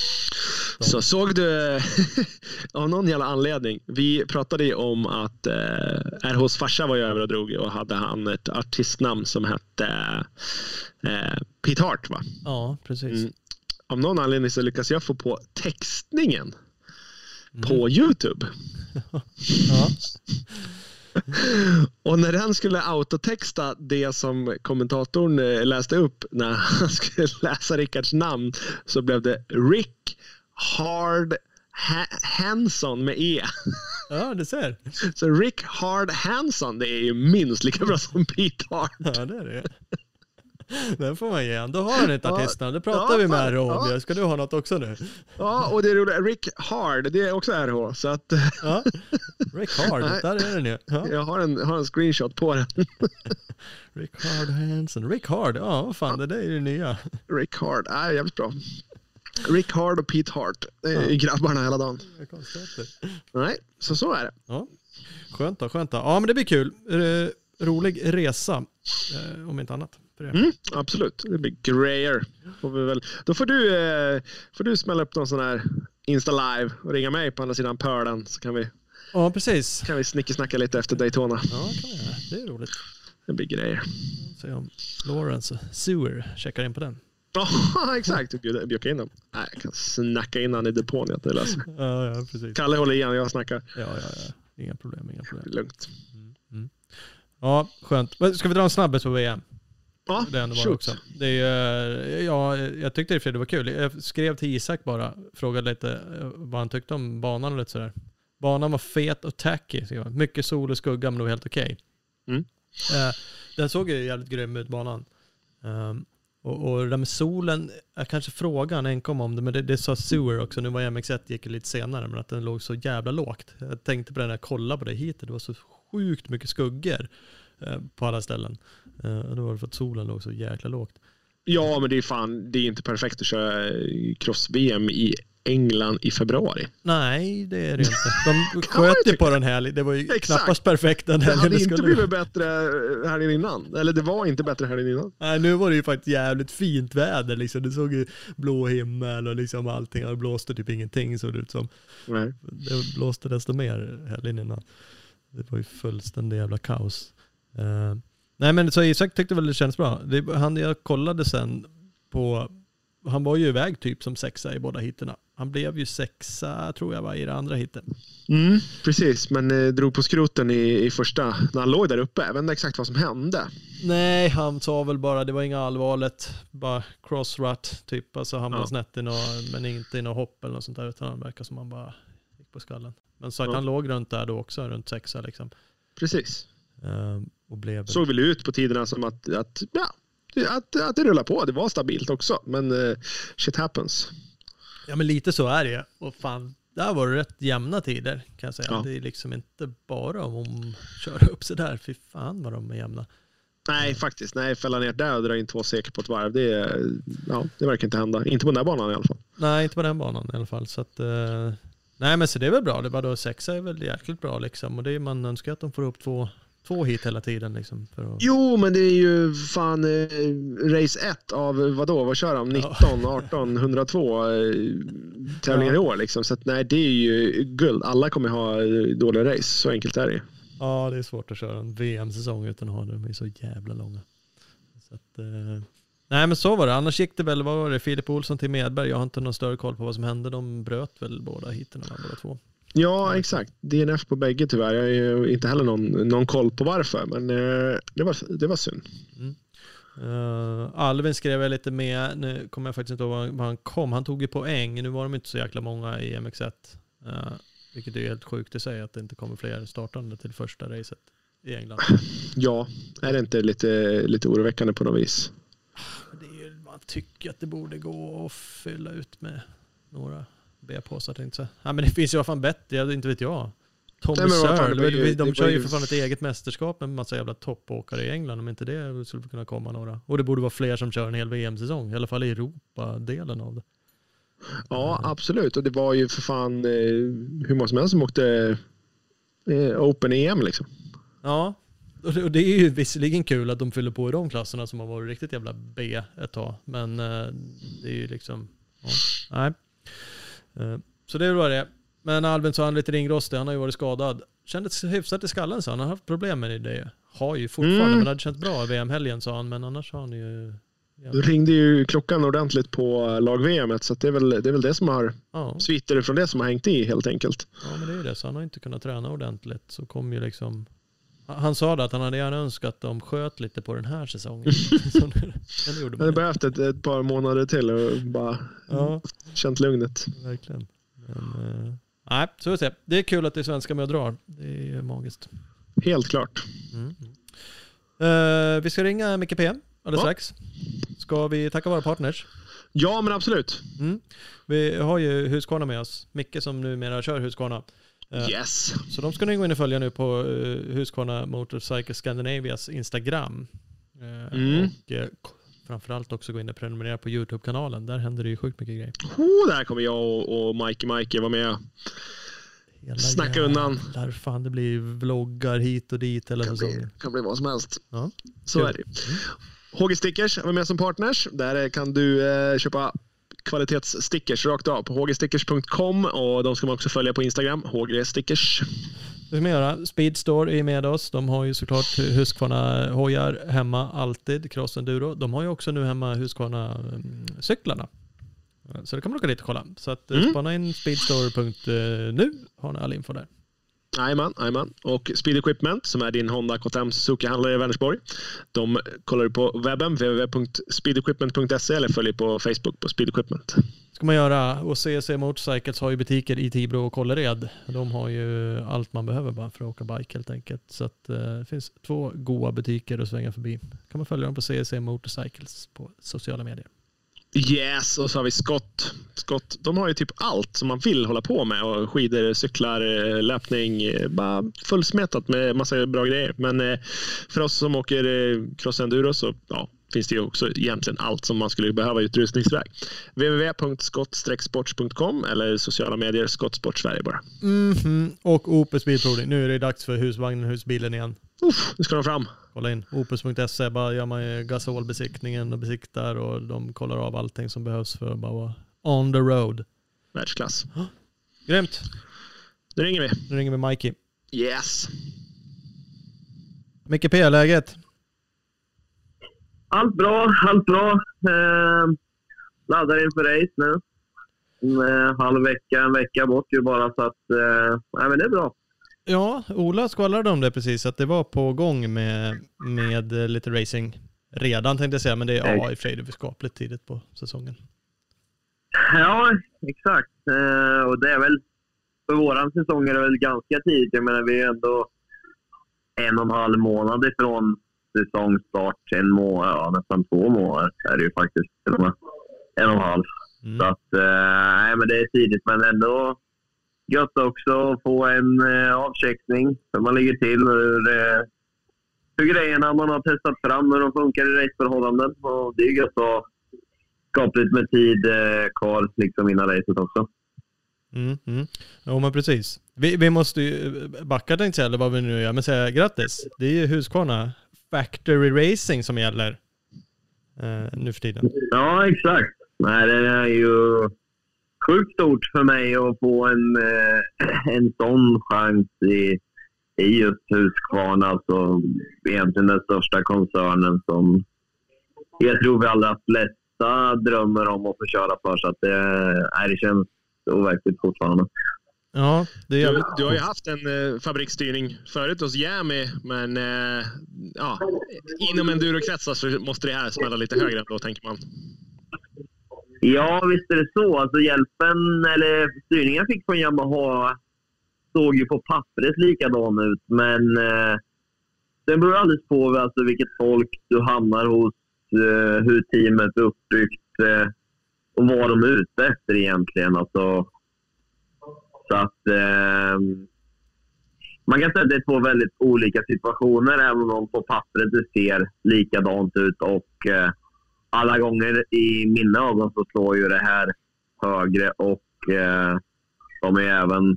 Så såg du av någon jävla anledning, vi pratade ju om att eh, R H:s farsa var ju över och drog och hade han ett artistnamn som hette eh, Pete Hart, va? Ja, precis. Mm. Av någon anledning så lyckas jag få på textningen mm. på YouTube. Ja. Och när den skulle autotexta det som kommentatorn läste upp när han skulle läsa Rickards namn så blev det Rick Hard ha- Hanson med E. Ja, det ser. Så Rick Hard Hanson, det är ju minst lika bra som Pete Hart. Ja, det är det. Den får man ge. Då har han ett artistnamn. Det pratar ja, vi med R H. Ja. Ska du ha något också nu? Ja, och det är roligt. Rick Hard, det är också R H. Så att... Ja, Rick Hard, där är den ju. Ja. Jag har en, har en screenshot på den. Rick Hard Hansen. Rick Hard, ja vad fan, ja. Det där är ju nya. Rick Hard, ja, jävligt bra. Rick Hard och Pete Hart. Det är ja. grabbarna hela dagen. Nej, så så är det. Ja. Skönt då, skönt då. Ja, men det blir kul. R- rolig resa, eh, om inte annat. Mm, absolut, det blir grejer. Får vi väl, då får du, eh, får du smälla upp någon sån här Insta Live och ringa mig på andra sidan pölen så kan vi Ja, precis. Kan vi snickesnacka lite efter Daytona. Ja, kan vi göra. Det är roligt. Det blir grejer. Se om Lawrence Sewer checkar in på den. Ja, exakt. Bjucka in dem. Nej, jag kan snacka in han i depån. Jag inte läser. Ja, ja, precis. Kalle håller igen, jag snackar. Ja, ja, ja. Inga problem, inga problem. Lugnt. Mm. Mm. Ja, skönt. Ska vi dra en snabbhet på V M? Ja, det var också. Det är, ja, jag tyckte det, det var kul. Jag skrev till Isak bara, frågade lite vad han tyckte om banan och lite sådär. Banan var fet och tacky. Mycket sol och skugga, men det var helt okej. Okay. Mm. Uh, den såg ju jävligt grym ut, banan. Um, och, och det med solen, jag kanske frågan enkom om det, men det, det sa Sewer också. Nu var M X ett gick lite senare, men att den låg så jävla lågt. Jag tänkte på det när jag kollade på det hit. Det var så sjukt mycket skuggor uh, på alla ställen. Uh, och då var det för att solen låg så jäkla lågt. Ja, men det är fan, det är inte perfekt att köra cross-V M i England i februari. Nej, det är det inte. De sköt ju på den här. Det var ju Exakt. knappast perfekt den här. Det hade det inte blivit bättre här innan. Eller det var inte bättre här innan. Nej, nu var det ju faktiskt jävligt fint väder. Liksom. Det såg ju blå himmel och liksom allting. Det blåste typ ingenting, såg det ut som. Nej. Det blåste desto mer helgen innan. Det var ju fullständigt jävla kaos. Uh, nej, men så Isak tyckte väl det känns bra. Det, han jag kollade sen på... Han var ju iväg typ som sexa i båda hitterna. Han blev ju sexa, tror jag, var i det andra hitten. Mm, precis, men eh, drog på skroten i, i första, när han låg där uppe. Jag vet inte exakt vad som hände. Nej, han sa väl bara, det var inga allvarligt. Bara crossrut, typ. Alltså han var ja. snett i något, men inte i något hopp eller något sånt där. Utan han verkar som han bara gick på skallen. Men så att ja. han låg runt där då också, runt sexa liksom. Precis. Um, och blev... Såg väl ut på tiderna som att, att ja... Att, att det rullar på, det var stabilt också. Men uh, shit happens. Ja, men lite så är det. Och fan, där var det rätt jämna tider, kan jag säga. Ja. Det är liksom inte bara om de kör upp sig där. Fy fan vad de är jämna. Nej, faktiskt. Nej, fälla ner där och dra in två seker på ett varv. Det, ja, det verkar inte hända. Inte på den där banan i alla fall. Nej, inte på den banan i alla fall. Så att, uh, nej, men så det är väl bra. Det var då sexa är väl jäkligt bra liksom. Och det är man önskar att de får upp två... Två hit hela tiden liksom. För att... Jo, men det är ju fan eh, race ett av vadå? Vad kör de? nitton, arton, hundratvå eh, tävlingar ja. i år liksom. Så att, nej, det är ju guld. Alla kommer ha dåliga race. Så enkelt är det. Ja, det är svårt att köra en V M-säsong utan att ha dem. De är så jävla långa. Så att, eh... nej, men så var det. Annars gick det väl, vad var det? Filip Olsson till Medberg. Jag har inte någon större koll på vad som hände. De bröt väl båda hiterna, båda två. Ja, exakt. D N F på bägge tyvärr. Jag har ju inte heller någon, någon koll på varför, men eh, det, var, det var synd. Mm. Uh, Alvin skrev jag lite med. Nu kommer jag faktiskt inte ihåg var han kom. Han tog ju poäng. Nu var de inte så jäkla många i M X ett. Uh, vilket är helt sjukt att säga att det inte kommer fler startande till första racet i England. Ja, är det inte lite, lite oroväckande på något vis? Det är ju, man tycker att det borde gå att fylla ut med några B-påsar, tänkte jag. Ja, men det finns ju vad fan bättre, inte vet jag. Tom Searle, de, de kör ju för fan ett eget mästerskap med en massa jävla toppåkare i England, om inte det skulle kunna komma några. Och det borde vara fler som kör en hel V M-säsong, i alla fall i Europa-delen av det. Ja, absolut. Och det var ju för fan eh, hur många som helst som åkte eh, Open E M liksom. Ja, och det, och det är ju visserligen kul att de fyller på i de klasserna som har varit riktigt jävla B ett tag. Men eh, det är ju liksom... Ja, nej. Så det var det. Men Albin sa han lite ringrostig. Han har ju varit skadad. Kändes hyfsat i skallen, så han har haft problem med det. Har ju fortfarande, mm. men det hade känts bra i V M-helgen, sa han. Men annars har han ju... Ja. Du ringde ju klockan ordentligt på lag-V M, så det är, väl, det är väl det som har... Ja. Sviter från det som har hängt i, helt enkelt. Ja, men det är ju det. Så han har inte kunnat träna ordentligt. Så kom ju liksom... Han sa det att han hade gärna önskat att de sköt lite på den här säsongen. Så det gjorde man. Det behövt ett, ett par månader till och bara ja. känt lugnet. Verkligen. Men, uh, nej, så vi ser. Det är kul att det är svenska med och drar. Det är magiskt. Helt klart. Mm. Uh, vi ska ringa Micke P alldeles ja. strax. Ska vi tacka våra partners? Ja, men absolut. Mm. Vi har ju Husqvarna med oss. Micke som numera kör Husqvarna. Yes. Så de ska ni gå in och följa nu på uh, Husqvarna Motorcycle Scandinavias Instagram. Uh, mm. Och uh, framförallt också gå in och prenumerera på YouTube-kanalen. Där händer det ju sjukt mycket grejer. Oh, där kommer jag och, och Mikey Mikey vara med. Hela snacka undan. Där fan det blir vloggar hit och dit. Eller kan, så bli, kan bli vad som helst. Ja. Så Kul. Är det. Mm. H G Stickers var med som partners. Där kan du eh, köpa kvalitetsstickers rakt av på h g stickers punkt com, och de ska man också följa på Instagram, h g stickers. Det ska man göra. Speedstore är med oss. De har ju såklart Husqvarna hojar hemma alltid, Cross Enduro. De har ju också nu hemma Husqvarna cyklarna. Så det kan man åka dit och kolla. Så att mm. spana in speedstore punkt nu har ni all info där. Jajamän, jajamän. Och Speed Equipment, som är din Honda K T M Suzuki-handlare i Vänersborg. De kollar du på webben, w w w punkt speed equipment punkt s e, eller följer på Facebook på Speed Equipment. Ska man göra. Och C C Motorcycles har ju butiker i Tibro och Kållered. De har ju allt man behöver bara för att åka bike helt enkelt. Så att, eh, det finns två goda butiker att svänga förbi. Kan man följa dem på C C Motorcycles på sociala medier. Yes, och så har vi Scott. Scott, de har ju typ allt som man vill hålla på med. Och skidor, cyklar, löpning, bara fullsmetat med massa bra grejer. Men för oss som åker cross enduro så ja, finns det ju också egentligen allt som man skulle behöva utrustningsväg. w w w punkt skott sports punkt com eller sociala medier Skott Sport Sverige bara. Mm-hmm. Och Opus Bilprovning. Nu är det dags för husvagnen och husbilen igen. Uff, nu ska de fram. Kolla in opus punkt se, bara gör man gasolbesiktningen och besiktar och de kollar av allting som behövs för att bara vara on the road. Världsklass. Oh, grymt. Nu ringer vi. Nu ringer vi Mikey. Yes. Micke P, läget? Allt bra, allt bra. Eh, laddar inför race nu. En eh, halv vecka, en vecka bort ju bara, så att eh, nej, men det är bra. Ja, Ola skvallrade om det precis, att det var på gång med, med lite racing redan tänkte jag säga, men det är ja, i och för sig det är skapligt tidigt på säsongen. Ja, exakt. Eh, och det är väl, för våran säsong är det väl ganska tidigt. Jag menar, vi är ändå en och en halv månad ifrån säsongstart, en månad, ja, nästan två månader är det ju faktiskt. En och en halv. Mm. Så att, eh, nej men det är tidigt, men ändå gött också att få en eh, avcheckning hur man ligger till, hur, eh, hur grejerna man har testat fram, hur de funkar i raceförhållanden. Och det är gött att skapa lite med tid eh, kvar liksom innan racet också. Mm, mm. Ja, men precis. Vi, vi måste ju backa tänkte jag, eller vad vi nu gör, men säga grattis. Det är ju Husqvarna Factory Racing som gäller eh, nu för tiden. Ja, exakt. Nej, det är ju sjukt stort för mig att få en, en sån chans i, i just Husqvarna. Alltså egentligen den största koncernen som jag tror vi allra flesta drömmer om att få köra för. Så att det, nej, det känns overkligt fortfarande. Ja, det är... du, du har ju haft en eh, fabriksstyrning förut hos Jämi, men eh, ja, inom enduro-kretsar så måste det här smälla lite högre då, tänker man. Ja, visst är det så. Alltså hjälpen, eller styrningen jag fick från Yamaha såg ju på pappret likadan ut. Men eh, det beror alldeles på alltså, vilket folk du hamnar hos, eh, hur teamet är uppbyggt eh, och vad de är ute efter egentligen. Alltså, så att eh, man kan säga att det är två väldigt olika situationer, även om på pappret det ser likadant ut. Och eh, alla gånger i mina ögon så slår ju det här högre, och eh, de är även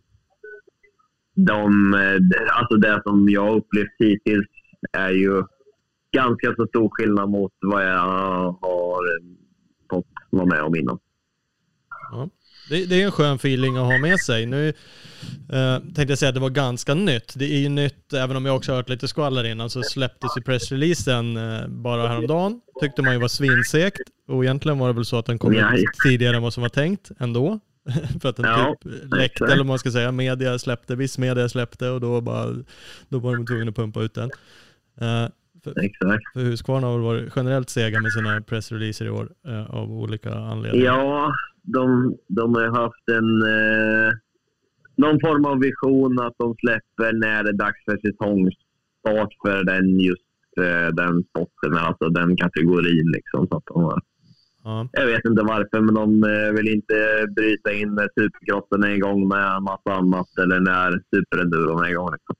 de, alltså det som jag upplevt hittills är ju ganska så stor skillnad mot vad jag har fått vara med om innan. Ja. Det, det är en skön feeling att ha med sig. Nu eh, tänkte jag säga att det var ganska nytt. Det är ju nytt, även om jag också har hört lite skvaller innan, så släpptes ju pressreleasen eh, bara häromdagen. Tyckte man ju var svinsekt. Och egentligen var det väl så att den kom ut tidigare än vad som var tänkt ändå. För att den ja, typ läckte, eller vad man ska säga, media släppte, viss media släppte, och då, bara, då var de tvungna att pumpa ut den. Eh, för, för Husqvarna har varit generellt sega med sina pressreleaser i år eh, av olika anledningar. Ja, De, de har haft en eh, någon form av vision att de släpper när det är dags för säsongsstart för den just eh, den spotten, alltså den kategorin liksom, så att de har. Ja. Jag vet inte varför, men de eh, vill inte bryta in när supercrossen är igång med massa annat, eller när superenduron är igång liksom.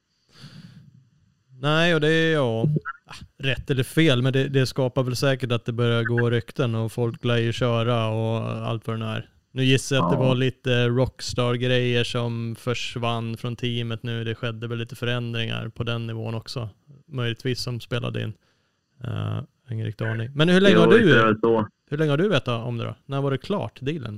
Nej, och det är ja, rätt eller fel, men det, det skapar väl säkert att det börjar gå rykten och folk lär ju köra och allt för den här. Nu gissar jag att ja. det var lite rockstar-grejer som försvann från teamet nu. Det skedde väl lite förändringar på den nivån också. Möjligtvis som spelade in. Uh, ingen riktig aning. Men hur länge Jo, har du visst är det så. hur länge har du vetat om det då? När var det klart, dealen?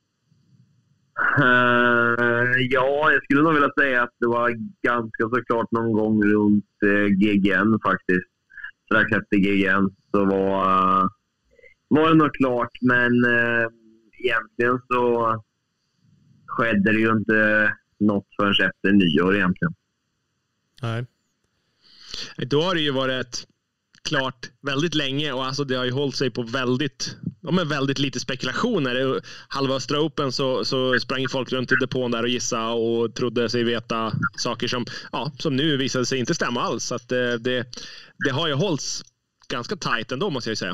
Uh, ja, jag skulle nog vilja säga att det var ganska så klart någon gång runt uh, G G N faktiskt. Strax efter G G N så var, uh, var det nog klart. Men uh, egentligen så skedde det ju inte något förrän efter nyår egentligen. Nej. Då har det ju varit klart väldigt länge och alltså det har ju hållit sig på väldigt, ja, men väldigt lite spekulationer. Halva Östra Open så, så sprang folk runt i depån där och gissa och trodde sig veta saker som, ja, som nu visade sig inte stämma alls. Så att det, det, det har ju hållits ganska tajt ändå, måste jag ju säga.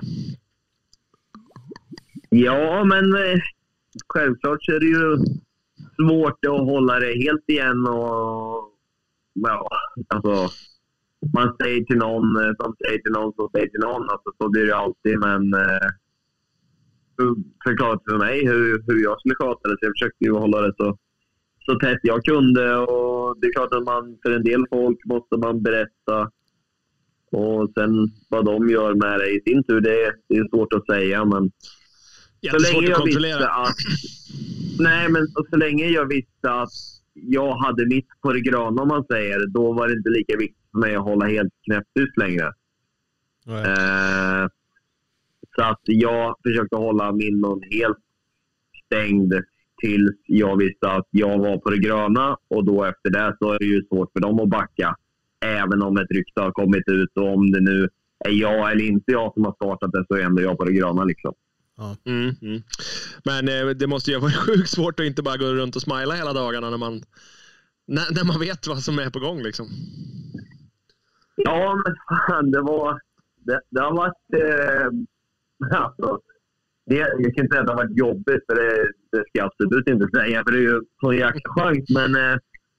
Ja, men eh, självklart så är det ju svårt att hålla det helt igen och ja, alltså man säger till någon som säger till någon som säger till någon. Alltså, så blir det alltid. Men eh, förklarat för mig hur, hur jag skulle sköta det. Så jag försökte ju hålla det så, så tätt jag kunde. Och det är klart att man, för en del folk måste man berätta. Och sen vad de gör med det i sin tur, det är, det är svårt att säga. Men så länge jag visste att... Nej, men så länge jag visste att jag hade mitt på det gröna, om man säger, då var det inte lika viktigt för mig att hålla helt knäpptyst längre. Eh, så att jag försökte hålla min mun helt stängd tills jag visste att jag var på det gröna, och då efter det så är det ju svårt för dem att backa. Även om ett rykte har kommit ut, och om det nu är jag eller inte jag som har startat det, så är ändå jag på det gröna liksom. Ja. Mm, mm. Men eh, det måste ju vara sjukt svårt att inte bara gå runt och smila hela dagarna när man, när, när man vet vad som är på gång liksom. Ja, men fan, det var det, det har varit eh, alltså, det, jag kan inte säga att det har varit jobbigt, för det, det ska jag absolut inte säga, för det är ju så jäkla skönt, men eh,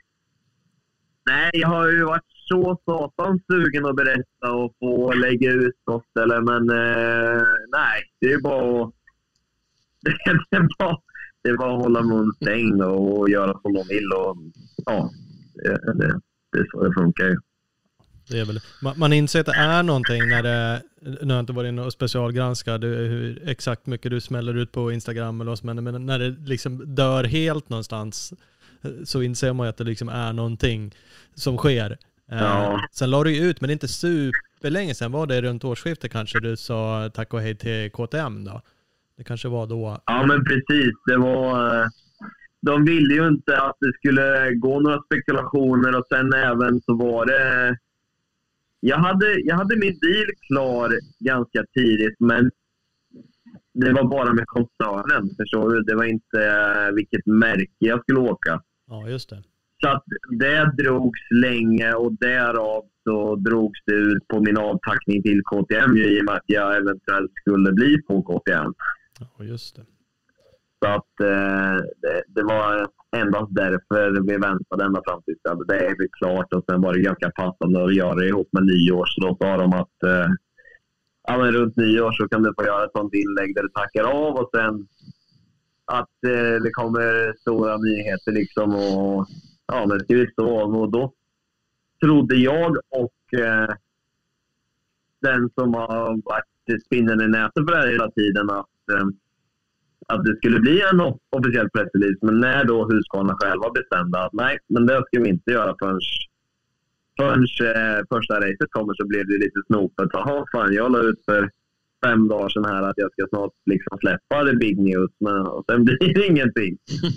nej, jag har ju varit så satans sugen att berätta och få lägga ut något, eller, men eh, nej, det är bara det, det är bara det är bara att hålla mun stängd och göra som de vill, och ja, det, det, det är så det funkar ju. Det är väl, man, man inser att det är någonting när det, nu har jag inte varit inne och specialgranskad hur exakt mycket du smäller ut på Instagram eller så, men, men när det liksom dör helt någonstans, så inser man ju att det liksom är någonting som sker. Ja. Eh, sen la du ju ut, men det är inte superlänge sedan, var det runt årsskiftet kanske du sa tack och hej till K T M då? Det kanske var då. Ja, men precis, det var, de ville ju inte att det skulle gå några spekulationer, och sen även så var det, jag hade, jag hade min deal klar ganska tidigt, men det var bara med koncernen, förstår du? Det var inte vilket märke jag skulle åka. Ja, just det. Så att det drogs länge, och därav så drogs det ut på min avtackning till K T M i och med att jag eventuellt skulle bli på K T M. Ja, just det. Så att eh, det, det var endast därför vi väntade ända fram till att det är klart, och sen var det ganska passande att göra det ihop med nyår, så då sa de att eh, ja, men runt nyår så kan du få göra ett sånt inlägg där du tackar av, och sen att eh, det kommer stora nyheter liksom, och ja, men ska vi stå, och då trodde jag och eh, den som har varit spinnen i nätet för det här hela tiden att, eh, att det skulle bli en officiell pressrelease, men när då Husqvarna själva bestämde att nej, men det ska vi inte göra förrän, förrän eh, första racet kommer, så blev det lite snopet. Jaha, fan, jag la ut för fem dagar sedan här att jag ska snart liksom släppa det big news, men och sen blir det ingenting.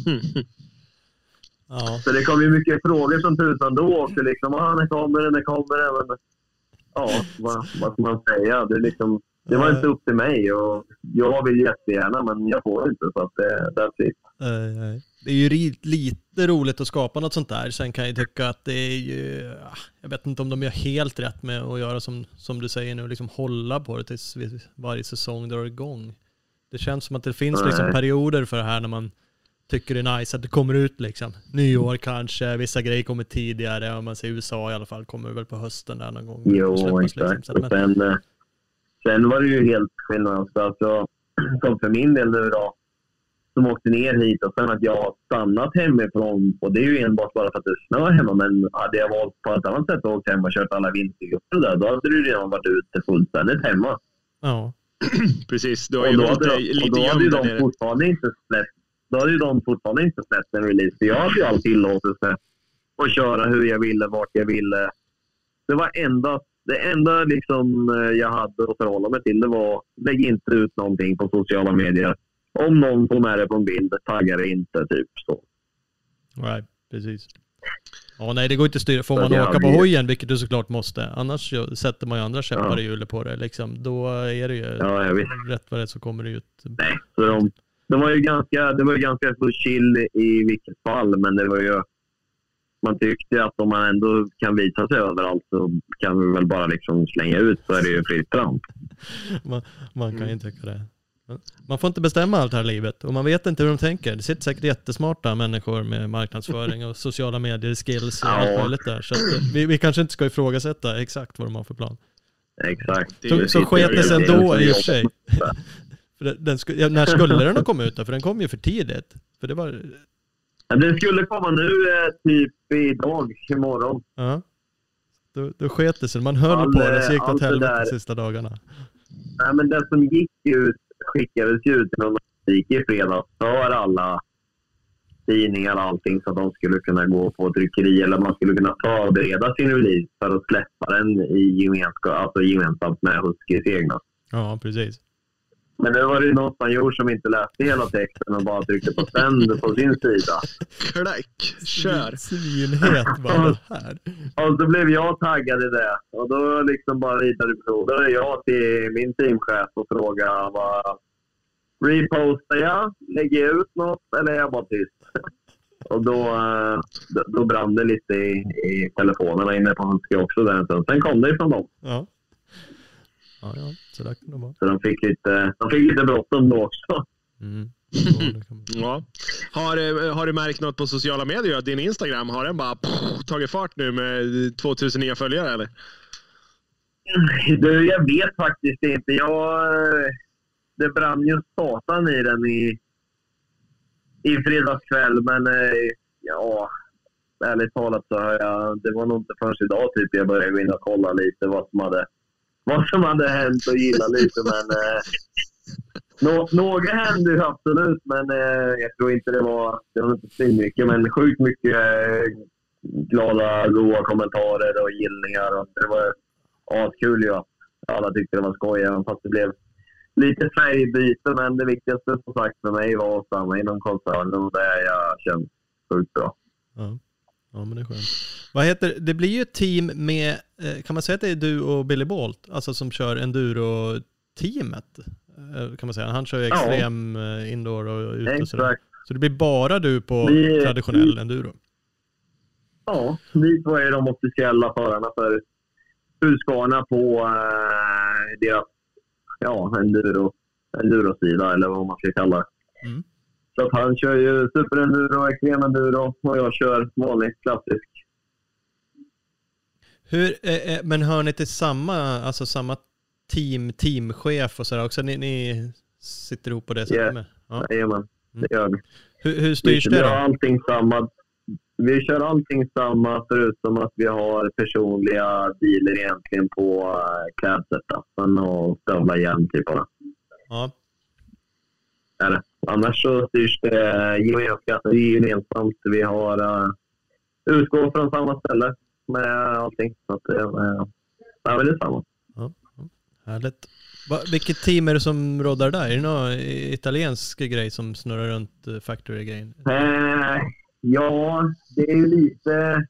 Ja. Så det kom ju mycket frågor som tusan då också. Liksom, ah, när kommer det, när kommer det? Men, ja, vad, vad ska man säga? Det, liksom, det var inte upp till mig. Och jag vill jättegärna, men jag får inte. Så att det, that's it. Det är ju lite roligt att skapa något sånt där. Sen kan jag tycka att det är ju... Jag vet inte om de gör helt rätt med att göra som, som du säger nu. Liksom hålla på det tills varje säsong drar igång. Det känns som att det finns liksom perioder för det här när man tycker det är nice att det kommer ut liksom. Nyår kanske, vissa grejer kommer tidigare, om man säger U S A i alla fall, kommer väl på hösten där någon gång. Jo, exakt. Liksom. Men... Sen, sen var det ju helt skillnad. Alltså, som för min del nu då, som åkte ner hit, och sen att jag har stannat hemifrån, och det är ju enbart bara för att det snör hemma, men hade jag valt på ett annat sätt och åkt hem och kört alla vintergrupper där, då hade du redan varit ute fullständigt hemma. Ja. Precis, du har Och ju då varit hade, lite och då hade ju gömd där de nere. fortfarande inte släppt. Då hade ju de fortfarande inte släppt en release. Jag hade ju all tillåtelse att köra hur jag ville, vart jag ville. Det var enda, det enda liksom jag hade att förhålla mig till, det var lägg inte ut någonting på sociala medier. Om någon får med det på en bild, taggar det inte, typ så. Nej, precis. Ja, nej, det går inte att styra. Får Så man det åka på hade- hojen, vilket du såklart måste. Annars ju- sätter man ju andra käppar Ja. i hjulet på det. Liksom. Då är det ju Ja, jag vet. rätt vad det är så kommer det ut. Nej, så de, de var ju ganska, det var ju ganska så chill i vilket fall, men det var ju, man tyckte att om man ändå kan visa sig överallt så kan vi väl bara liksom slänga ut, så är det ju fritt fram. Man, man kan ju tycka det. Man får inte bestämma allt här i livet och man vet inte hur de tänker. Det sitter säkert jättesmarta människor med marknadsföring och sociala medier, skills och Ja. allt möjligt där. Så att vi, vi kanske inte ska ifrågasätta exakt vad de har för plan. Exakt. Så, Det så sitter sket det sig ju- ändå i och för sig. För den, den sku, ja, när skulle den ha kommit ut då? För den kom ju för tidigt. För det var... Ja, det skulle komma nu eh, typ idag, imorgon. Ja. Då, då sket det sig. Man höll All- på det så gick det allt åt det helvete där- de sista dagarna. Nej, men den som gick ut skickades ju ut till någon butik i fredags för alla tidningar och allting, så att de skulle kunna gå på tryckeri eller man skulle kunna förbereda sin release för att släppa den i gemenskap, alltså gemensamt med Huskys egna. Ja, precis. Men nu var det någon spanjor som inte läste hela texten och bara tryckte på sänd på sin sida. Klack, kör. Svinhet var det här. Och så blev jag taggad i det. Och då liksom bara vidarebefordrade jag till min teamchef och frågade vad repostar jag? Lägger jag ut något eller är jag bara tyst? Och då, eh, då, då brann det lite i, i telefonerna inne på Husky också. Där. Sen, sen kom det ifrån dem. Ja. Ja, ja. Så där kan det vara. Så de fick lite, de fick lite bråttom då också. Mm. Så det kan man- Ja. Har, eh, har du märkt något på sociala medier? Din Instagram, har den bara pff, tagit fart nu med tvåtusen nya följare eller? Du, jag vet faktiskt inte. Jag, det brann ju satan i den i, i fredagskväll. Men eh, ja, ärligt talat så har jag, det var nog inte först idag typ jag började gå in och kolla lite vad som hade, vad som hade hänt och gilla lite. Men eh, nå, några hände ju absolut, men eh, jag tror inte det var, det var inte så mycket, men sjukt mycket eh, glada, goa kommentarer och gillningar. Och det var askul ju att alla tyckte det var skoj, även fast det blev lite färgbyte. Men det viktigaste som sagt för mig var att stanna inom koncernen och det jag känns sjukt bra. Ja. Ja, men det är skönt. Vad heter det? Blir ju ett team med, eh, kan man säga att det är du och Billy Bolt, alltså som kör enduro-teamet, eh, kan man säga. Han kör ju extrem ja. indoor och ute och sådär. Så det blir bara du på vi, traditionell vi, enduro? Ja, vi två är de officiella förarna för Husqvarna på eh, deras ja, enduro, enduro-sida eller vad man ska kalla det. Mm. Så att han kör ju superenduro, extrem enduro och jag kör vanligt klassisk. Hur, eh, men hör ni till samma, alltså samma team, teamchef och sådär också? Ni, ni sitter ihop på det sättet yeah. med? Ja, jajamän. Det gör vi. Hur, hur styrs vi, det då? Vi, har allting samma, vi kör allting samma förutom att vi har personliga dealer egentligen på uh, klädsetupen och stövlar igen typ bara. Ja. Eller, annars så styrs det gemensamt. Vi har uh, utgått från samma ställe med allting. Så att det uh, är väl samma. Ja, härligt. Va, vilket team är det som rådar där? Är det någon italiensk grej som snurrar runt factory-grejen? Uh, ja, det är ju lite...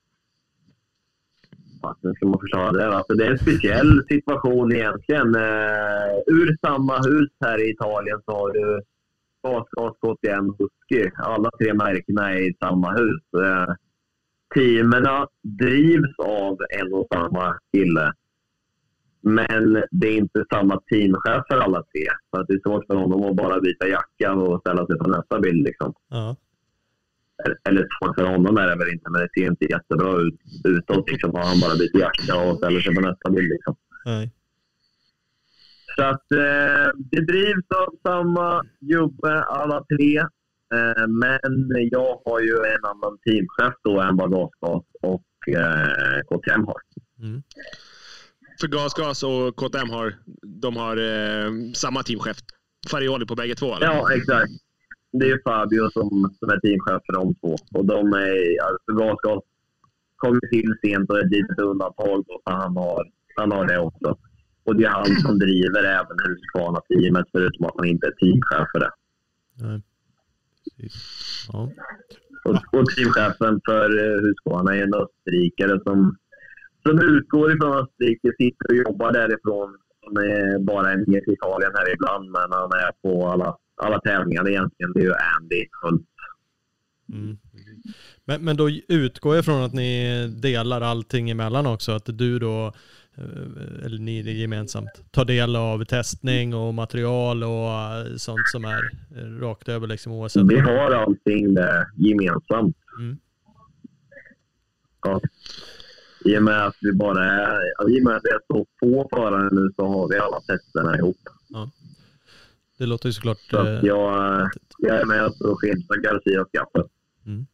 Vad ska man förstå det? Alltså, det är en speciell situation egentligen. Uh, ur samma hus här i Italien så har du Gasgas, K T M, Husky. Alla tre märkena är i samma hus. Uh, teamerna drivs av en och samma kille. Men det är inte samma teamchef för alla tre. Så att det är svårt för honom att bara byta jacka och ställa sig på nästa bild. Liksom. Ja. Eller svårt för honom är det väl inte, men det ser inte jättebra ut utåt. Liksom, han bara byter jacka och ställer sig på nästa bild. Liksom. Nej. Så att eh, det drivs av samma gubbe alla tre. Eh, men jag har ju en annan teamchef då än vad Gasgas och eh, K T M har. Mm. För Gasgas och K T M har de har eh, samma teamchef. Farioli på bägge två, eller? Ja, exakt. Det är Fabio som, som är teamchef för de två. Och de är, alltså Gasgas kommer till sent och är ett litet undantag. Och han har, han har det också. Och det är han som driver även Husqvarna-teamet, förutom att han inte är teamchef för det. Nej. Ja. Och, och teamchefen för Husqvarna är en österrikare som, som utgår ifrån Österrike, sitter och jobbar därifrån. Han är bara en i Italien här ibland, men han är på alla, alla tävlingar egentligen. Det är ju Andy Hult. Mm. Men, men då utgår jag från att ni delar allting emellan också, att du då, eller ni gemensamt, tar del av testning och material och sånt som är rakt över liksom oavsett. Vi har allting där gemensamt. Mm. Ja. I och med att vi bara är, i och med att det är så få förare nu, så har vi alla testerna ihop. Ja. Det låter ju såklart... Så att jag, jag är med och skilta Garcia och skaffet. Mm.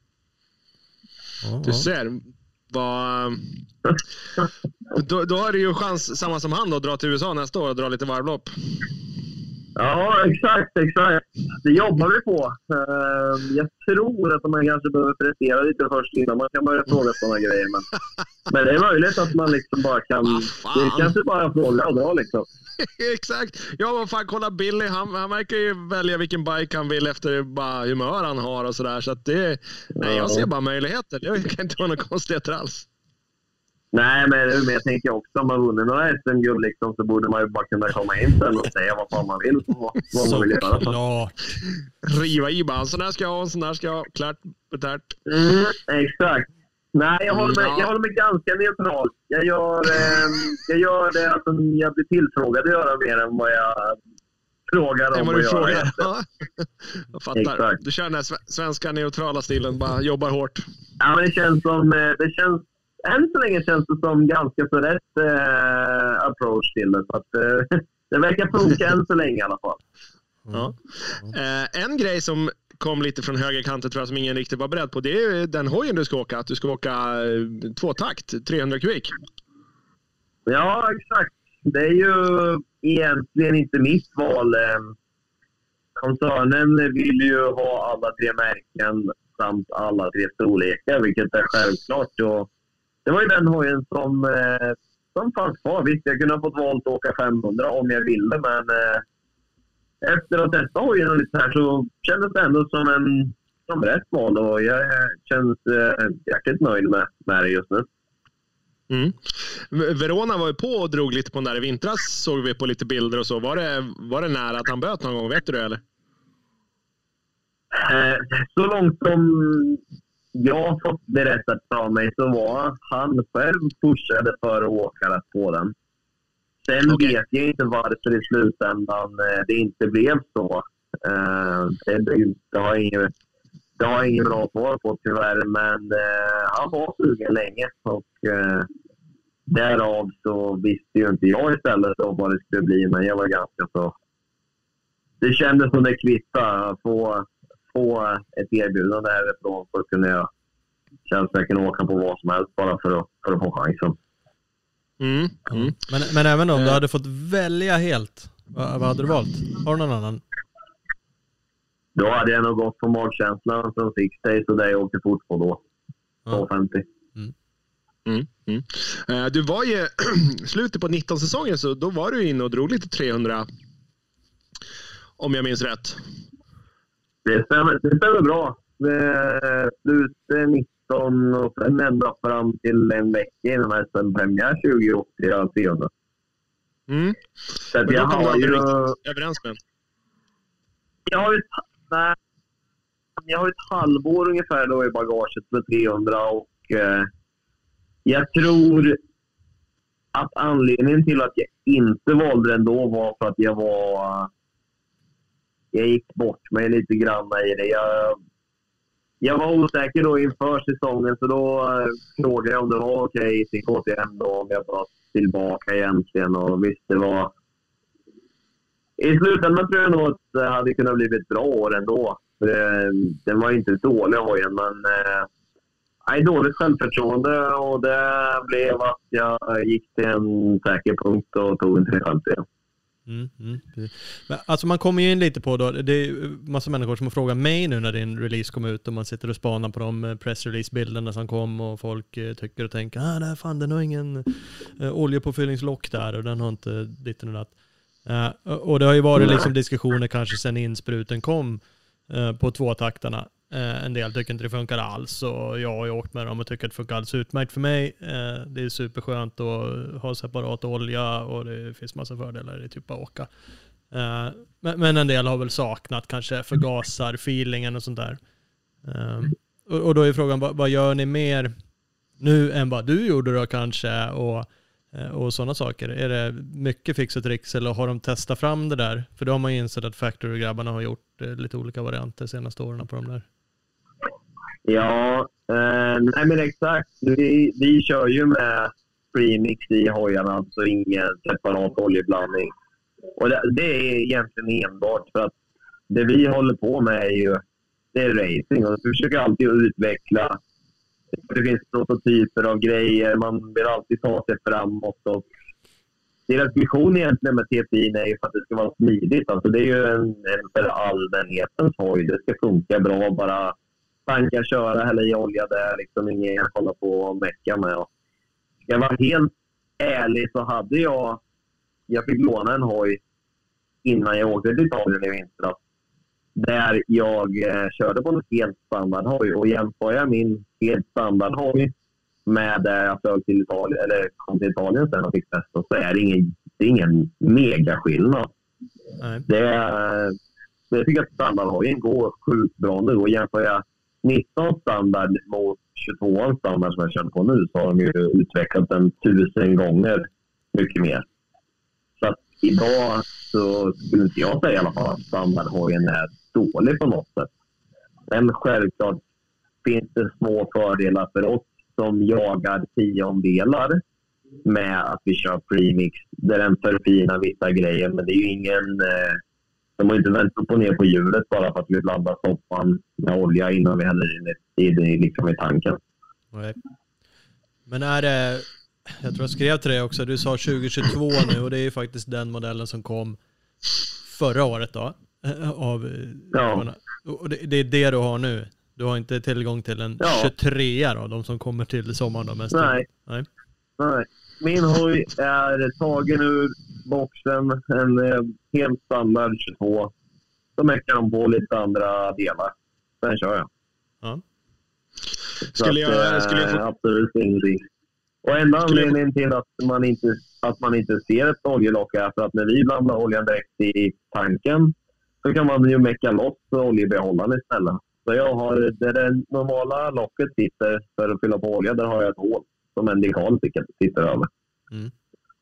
Ja, du ja. ser vad... då, då har du ju chans, samma som han då, att dra till U S A nästa år och dra lite varvlopp. Ja, exakt, exakt. Det jobbar vi på. Jag tror att man kanske behöver prestera lite först innan man kan börja fråga sådana grejer. Men, men det är möjligt att man liksom bara kan... Ah, det kanske bara fråga och dra liksom. Exakt. Ja, vad fan, kolla Billy. Han, han verkar ju välja vilken bike han vill efter bara humör han har och sådär. Så att det... Nej, jag ser bara möjligheter. Det kan inte vara några konstigheter alls. Nej, men, men jag tänker också om man vunnit några S M-guld liksom, så borde man ju bara kunna komma in sen och säga vad fan man vill. Vad, vad man vill göra. Såklart. Riva i bara. Sån här ska jag ha, sån här ska jag ha. Klart, betärt. Mm, exakt. Nej, jag håller, mig, jag håller mig ganska neutral. Jag gör, eh, jag gör det alltså, jag blir tillfrågad att göra mer än vad jag frågar om vad du att frågar. göra. Ja. Jag fattar. Exakt. Du kör den här svenska neutrala stilen. Bara jobbar hårt. Ja, men det känns som... Det känns, än så länge känns det som ganska så rätt eh, approach till det. Så att, eh, det verkar funka än så länge i alla fall. Ja. Eh, en grej som kom lite från högerkanten tror jag som ingen riktigt var beredd på, det är den hojen du ska åka. Att du ska åka eh, tvåtakt, trehundra kubik. Ja, exakt. Det är ju egentligen inte mitt val. Koncernen vill ju ha alla tre märken samt alla tre storlekar, vilket är självklart. Och det var ju den hojen som, som fanns kvar. Visst, jag kunde ha fått valt att åka femhundra om jag ville, men efter att testa hojen och lite här så kändes det ändå som en som rätt val. Och jag känns jäkligt nöjd med, med det just nu. Mm. Verona var ju på och drog lite på den där i vintras, såg vi på lite bilder och så. Var det, var det nära att han böt någon gång, vet du det eller? Eh, så långt som jag har fått berättat för mig så var han själv pushade för att åka rätt på den. Sen okay. vet jag inte varför i slutändan eh, det inte blev så. Eh, det, det har jag ingen, det har jag ingen bra svar på tyvärr, men eh, han var sugen länge och eh, därav så visste ju inte jag istället vad det skulle bli, men jag var ganska så... Det kändes som det kvittade att få, få ett erbjudande härifrån så kunde jag känna att jag kunde åka på vad som helst bara för att, för att få chansen. Mm. Mm. Men, men även om du hade fått välja helt, vad, vad hade du valt? Har du någon annan? Då hade jag nog gått på magkänslan som Six Days och där jag åkte fort på då. tvåhundrafemtio. Mm. Mm. Mm. Uh, du var ju slutet på nitton-säsongen så då var du inne och drog lite trehundra om jag minns rätt. Det stämmer, det stämmer bra. Slutet nitton och sen ända fram till en vecka innan S M-premiär tjugo åttio trehundra. Mm. Så men jag då kom har du ju... riktigt överens med. Jag har ju ett, nej, jag har ett halvår ungefär då i bagaget med trehundra och eh, jag tror att anledningen till att jag inte valde den då var för att jag var jag gick bort mig lite grann i det. Jag, jag var osäker då inför säsongen så då eh, frågade jag om det var okej till K T M då, om jag var tillbaka egentligen och visst det var i slutändan tror jag nog att det hade kunnat bli ett bra år ändå. Den var inte dålig hojen, men Nej, dåligt självförtroende och det blev att jag gick till en säker punkt och tog en trehundrafemtio. Mm, mm. Men, alltså man kommer ju in lite på då, det är massa människor som har frågat mig nu när din release kom ut och man sitter och spanar på de pressrelease-bilderna som kom och folk eh, tycker och tänker ah, nej, fan, den har ingen eh, oljepåfyllningslock där och den har inte ditt och datt. Eh, och det har ju varit liksom diskussioner kanske sedan inspruten kom eh, på tvåtaktarna. Eh, en del tycker inte det funkar alls och jag har ju åkt med dem och tycker att det funkar alldeles utmärkt för mig. Eh, det är superskönt att ha separat olja och det finns massa fördelar i typ att åka. Eh, men, men en del har väl saknat kanske förgasar, feelingen och sånt där. Eh, och, och då är frågan, vad, vad gör ni mer nu än vad du gjorde då kanske och, och sådana saker? Är det mycket fix och tricks eller har de testat fram det där? För då har man ju insett att Factory-grabbarna har gjort eh, lite olika varianter senaste åren på de där. Ja, eh, nej men exakt. Vi, vi kör ju med premix i hojarna, alltså ingen separat oljeblandning. Och det, det är egentligen enbart för att det vi håller på med är ju det är racing. Och vi försöker alltid utveckla. Det finns prototyper av grejer. Man vill alltid ta sig framåt. Och deras vision egentligen med T P I är ju för att det ska vara smidigt. Alltså det är ju en, en för allmänhetens hoj. Det ska funka bra bara. Tanka, köra, hälla i olja där. Liksom ingen att hålla på och mecka med. Och ska jag vara helt ärlig så hade jag... Jag fick låna en hoj innan jag åkte till Italien i vintras. Där jag eh, körde på en helt standard hoj. Och jämför jag min helt standard hoj med där jag flög till Italien, eller kom till Italien sen och fick testa, så är det ingen, det är ingen megaskillnad. Nej. Det är... Jag tycker att standardhojen går sjukt bra nu. Och jämför jag nitton standard mot tjugotvå standard som jag kör på nu så har de ju utvecklat den tusen gånger mycket mer. Så att idag så skulle inte jag säga i alla fall att standardhojen är dålig på något sätt. Men självklart finns det små fördelar för oss som jagar tiondelar med att vi kör premix där den förfinar vissa grejer. Men det är ju ingen... Eh, de har inte vänt upp och ner på hjulet bara för att vi blandar soppan med olja innan vi häller in det i, liksom i tanken. Nej. Men är det... Jag tror jag skrev till dig också. Du sa tjugo tjugotvå nu och det är ju faktiskt den modellen som kom förra året då. Av, ja. Och det, det är det du har nu. Du har inte tillgång till en ja. tjugotre då, de som kommer till sommaren då mest. Nej. Nej. Nej. Min hoj är tagen ur boxen, en eh, helt standard tjugotvå. Så mäckar de på lite andra delar. Sen kör jag. Ja. Skulle jag, att, skulle jag få... Absolut ingenting. Och enda anledningen till att man inte, att man inte ser ett oljelock är för att när vi blandar oljan direkt i tanken så kan man ju mäcka loss oljebehållaren istället. Så jag har, där det normala locket sitter för att fylla på olja, där har jag ett hål som en dekal sitter över. Mm.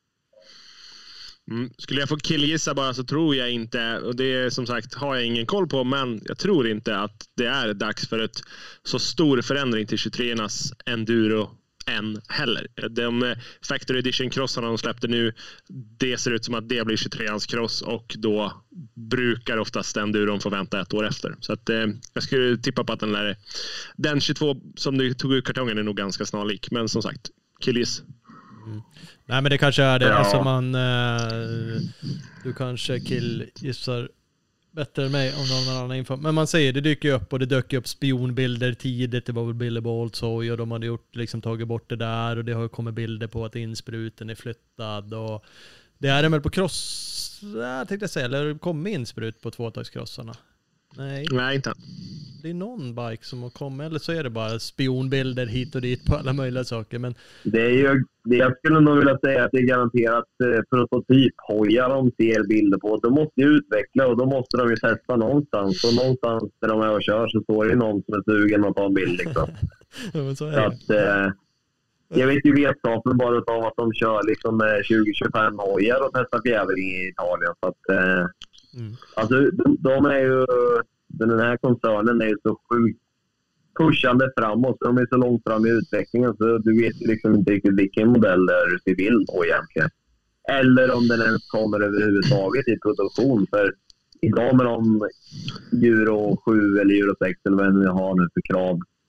Mm. Skulle jag få killgissa bara så tror jag inte, och det är som sagt har jag ingen koll på, men jag tror inte att det är dags för ett så stor förändring till tjugotreornas enduro än heller. De Factory Edition-crossarna de släppte nu, det ser ut som att det blir tjugotreans cross och då brukar oftast enduron få vänta ett år efter. Så att eh, jag skulle tippa på att den där, den tjugotvå som du tog ur kartongen är nog ganska snarlik, men som sagt, killgiss. Mm. Nej men det kanske är det, ja. Alltså man eh, du kanske killgissar bättre än mig om någon annan info. Men man säger det dyker upp och det dök upp spionbilder tidigt. Det var väl Billy Bolt och de hade gjort, liksom tagit bort det där och det har kommit bilder på att inspruten är flyttad och det är det väl på cross, jag tänkte säga, eller kommer insprut på tvåtaktskrossarna? Nej. Nej, inte. Det är någon bike som har kommit, eller så är det bara spionbilder hit och dit på alla möjliga saker. Men... Det är ju, det jag skulle nog vilja säga att det är garanterat eh, prototyphojar de ser bilder på. De måste ju utveckla och då måste de ju testa någonstans. Och någonstans där de är och kör så står det någon som är sugen att ta en bild. Liksom. Ja, men så är så att, eh, jag vet ju vetskapen bara av att de kör liksom tjugo tjugofem hojar och testar fjädring i Italien. Så att, eh, mm. alltså, de, de är ju... Den här koncernen är ju så sjukt pushande framåt. Så de är så långt fram i utvecklingen så du vet liksom inte riktigt vilken modell du vill på egentligen. Eller om den ens kommer överhuvudtaget i produktion. För idag med de Euro sju eller Euro sex eller vad vi har nu för krav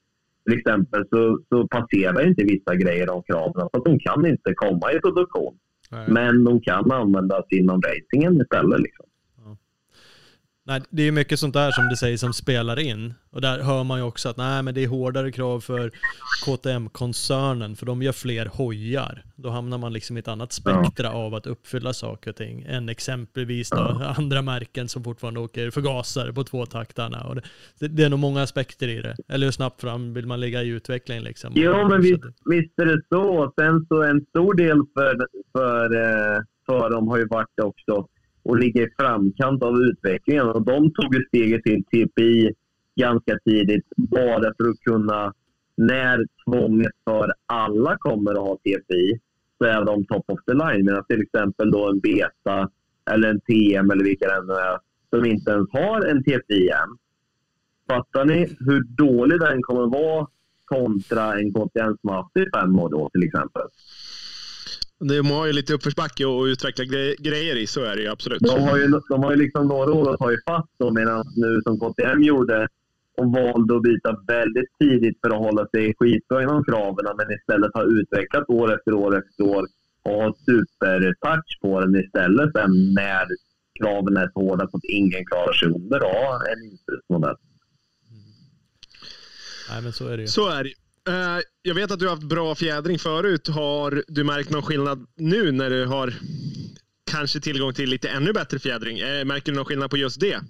till exempel så, så passerar inte vissa grejer de kraven så att de kan inte komma i produktion. Nej. Men de kan användas inom racingen istället liksom. Nej, det är mycket sånt där som du säger som spelar in. Och där hör man ju också att nej, men det är hårdare krav för K T M-koncernen för de gör fler hojar. Då hamnar man liksom i ett annat spektra ja. av att uppfylla saker och ting. Än exempelvis då ja. andra märken som fortfarande åker förgasare på tvåtaktarna. Och det, det, det är nog många aspekter i det. Eller hur snabbt fram vill man ligga i utveckling liksom. Jo, men visst, visst är det så. Sen så en stor del för, för, för dem har ju varit också och ligger i framkant av utvecklingen. Och de tog ju steget till T P I ganska tidigt bara för att kunna, när tvånget för alla kommer att ha T P I så är de top of the line. Men till exempel då en Beta eller en T M eller vilka det än är som inte ens har en T P I än. Fattar ni hur dålig den kommer att vara kontra en K T M som har haft i fem år då till exempel? De har ju lite uppförsbacke och utveckla gre- grejer i, så är det ju absolut. De har ju, de har ju liksom några år att ta ifatt då, medan nu som K T M gjorde och valde att byta väldigt tidigt för att hålla sig skitbra inom kraven, men istället har utvecklat år efter år efter år och har supertouch på den istället sen när kraven är så hårda så att ingen klarar sig under då, en inspelningsmodell. Mm. Nej, men så är det ju. Så är det ju. Uh, jag vet att du har haft bra fjädring förut. Har du märkt någon skillnad nu när du har kanske tillgång till lite ännu bättre fjädring? Uh, märker du någon skillnad på just det?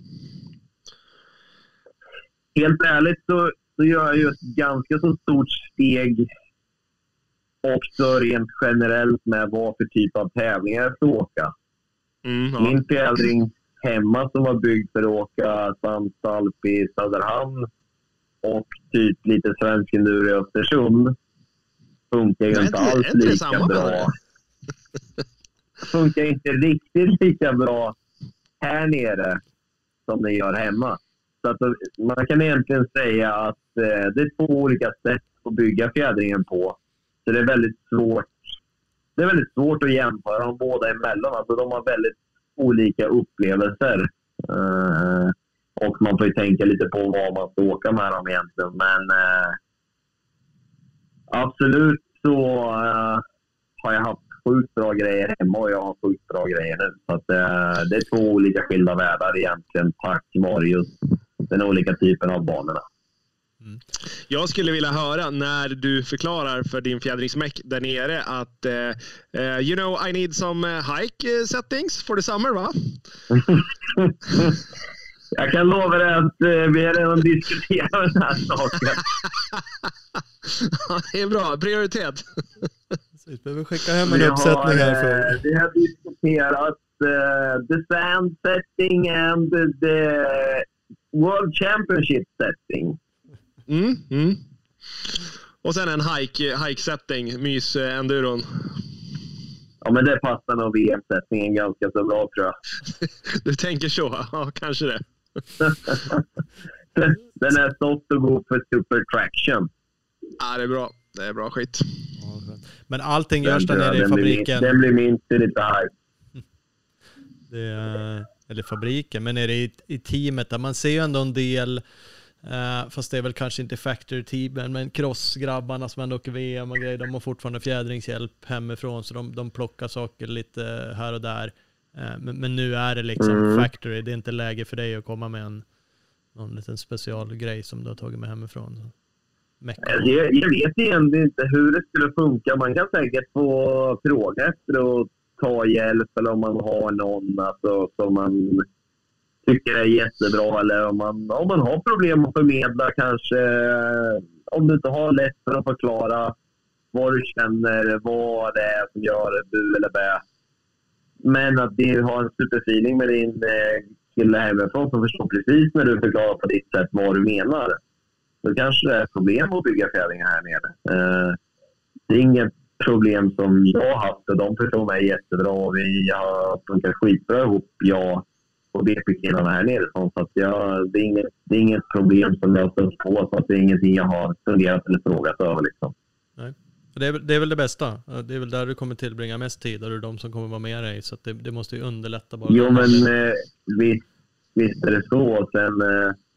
Helt ärligt så, så gör jag ju ett ganska så stort steg också rent generellt med vad för typ av tävlingar jag ska åka. Mm, ja. Min fjädring hemma som var byggd för att åka Sandstalp i Söderhamn och typ lite svensk enduro i Östersund funkar ju inte alls lika bra. Funkar inte riktigt lika bra här nere som det gör hemma. Så att man kan egentligen säga att eh, det är två olika sätt att bygga fjädringen på. Så det är väldigt svårt. Det är väldigt svårt att jämföra dem båda emellan. Alltså de har väldigt olika upplevelser. Uh, och man får ju tänka lite på vad man ska åka med dem egentligen. Men uh, absolut så uh, har jag haft sjukt bra grejer hemma och jag har sjukt bra grejer nu. Så att, uh, det är två olika skilda världar egentligen. Tack vare just den olika typen av banorna. Mm. Jag skulle vilja höra när du förklarar för din fjädringsmäck där nere att uh, uh, you know I need some uh, hike settings for the summer, va? Jag kan lova dig att uh, vi har redan diskuterat den här saken. Ja, det är bra, prioritet. Så vi behöver skicka hem en vi uppsättning har, här för. Uh, vi har diskuterat uh, the sand setting and the World Championship setting. Mm, mm. Och sen en hike, hike setting, mys enduron. Ja, men det passar nog V M-sättningen ganska så bra, tror jag. Du tänker så? Ja, kanske det. Den är soft och god för super traction. Ja, det är bra. Det är bra skit. Men allting görs där nere i fabriken. Den blir minst lite high. Det är, eller fabriken, men är det i, i teamet där man ser ju ändå en del. Uh, fast det är väl kanske inte factory-teamen, men crossgrabbarna som ändå åker V M och grejer, de har fortfarande fjädringshjälp hemifrån, så de, de plockar saker lite här och där. Uh, men, men nu är det liksom mm. factory, det är inte läge för dig att komma med en någon liten specialgrej som du har tagit med hemifrån. Jag, jag vet egentligen inte hur det skulle funka. Man kan säkert få fråga efter att ta hjälp, eller om man har någon alltså, som man tycker är jättebra, eller om man, om man har problem att förmedla kanske, om du inte har lätt för att förklara vad du känner, vad det är som gör bu eller bä. Men att du har en superfeeling med din kille hemifrån som förstår precis när du förklarar på ditt sätt vad du menar. Då kanske det är problem att bygga fjädringar här nere. Det är inget problem som jag har haft, och de förstår mig jättebra och vi har funkat skitbra ihop, jag och B P-killarna här nere. Så att jag, det, är inget, det är inget problem som jag har stött på, så att det är ingenting jag har funderat eller frågat över. Liksom. Nej. Det är, det är väl det bästa. Det är väl där du kommer tillbringa mest tid, och det är de som kommer vara med dig, så att det, det måste ju underlätta bara. Jo, men eh, visst, visst är det så. Och sen, eh,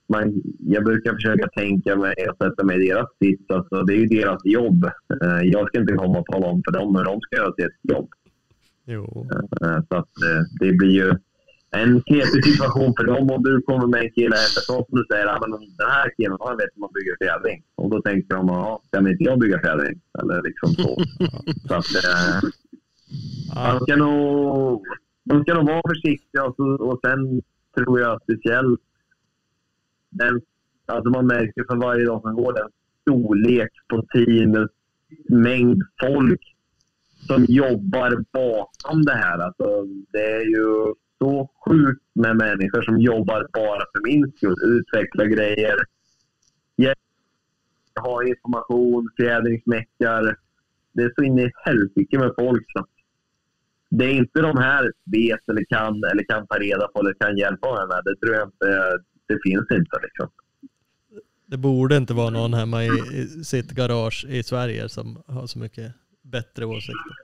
man, jag brukar försöka tänka mig att sätta mig i deras sits. Alltså, det är ju deras jobb. Jag ska inte komma och tala om för dem, men de ska göra sitt jobb. Jo. Så att det blir ju en knepig situation för dem om du kommer med en kille hemifrån som du säger att den här killen har vet hur man bygger fjädring. Och då tänker de, ja, kan inte jag bygga fjädring? Eller liksom så. Så att eh, man ska nog, man ska nog vara försiktig och, så, och sen tror jag speciellt den, alltså man märker för varje dag som går den storlek på teamet, mängd folk som jobbar bakom det här. Alltså, det är ju så sjukt med människor som jobbar bara för min skull. Utveckla grejer. Ha information, fjädringsmäckar. Det är så in i helvete med folk. Så det är inte de här vet eller kan eller kan ta reda på eller kan hjälpa med. Det tror jag inte. Det finns inte liksom. Det borde inte vara någon hemma i, i sitt garage i Sverige som har så mycket bättre åsikter.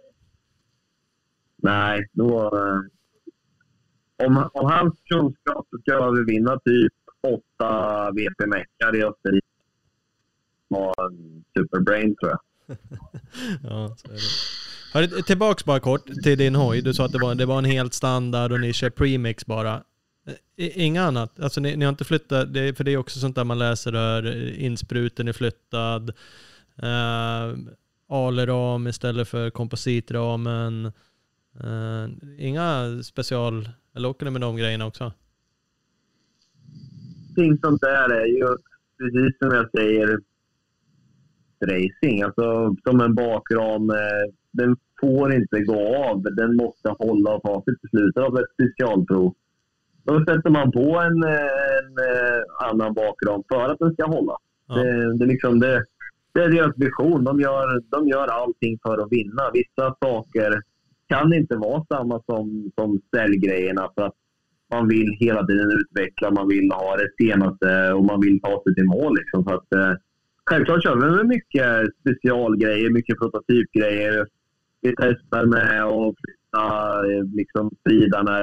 Nej, då... Om, om hans kunskap ska övervinna typ åtta V P-mäckar i Österrike var en superbrain, tror jag. Ja, så är det. Hör, tillbaks bara kort till din hoj. Du sa att det var, det var en helt standard och ni kör premix bara. Inga annat. Alltså ni, ni har inte flyttat, det, för det är också sånt där man läser där. Inspruten är flyttad. Uh, Aleram istället för kompositramen. Uh, inga special, eller åker ni med de grejerna också? Ting sånt där är ju precis som jag säger racing. Alltså som en bakram. Den får inte gå av. Den måste hålla och ta sig till slutet av ett specialprov. Då sätter man på en, en, en annan bakram för att den ska hålla. Ja. Det, det, liksom det, det är deras vision. De gör, de gör allting för att vinna. Vissa saker kan inte vara samma som, som ställgrejerna för att man vill hela tiden utveckla, man vill ha det senaste och man vill ta sig till mål. Liksom. Så att, eh, självklart kör vi med mycket specialgrejer, mycket prototypgrejer. Vi testar med och flytta eh, liksom, spridarna.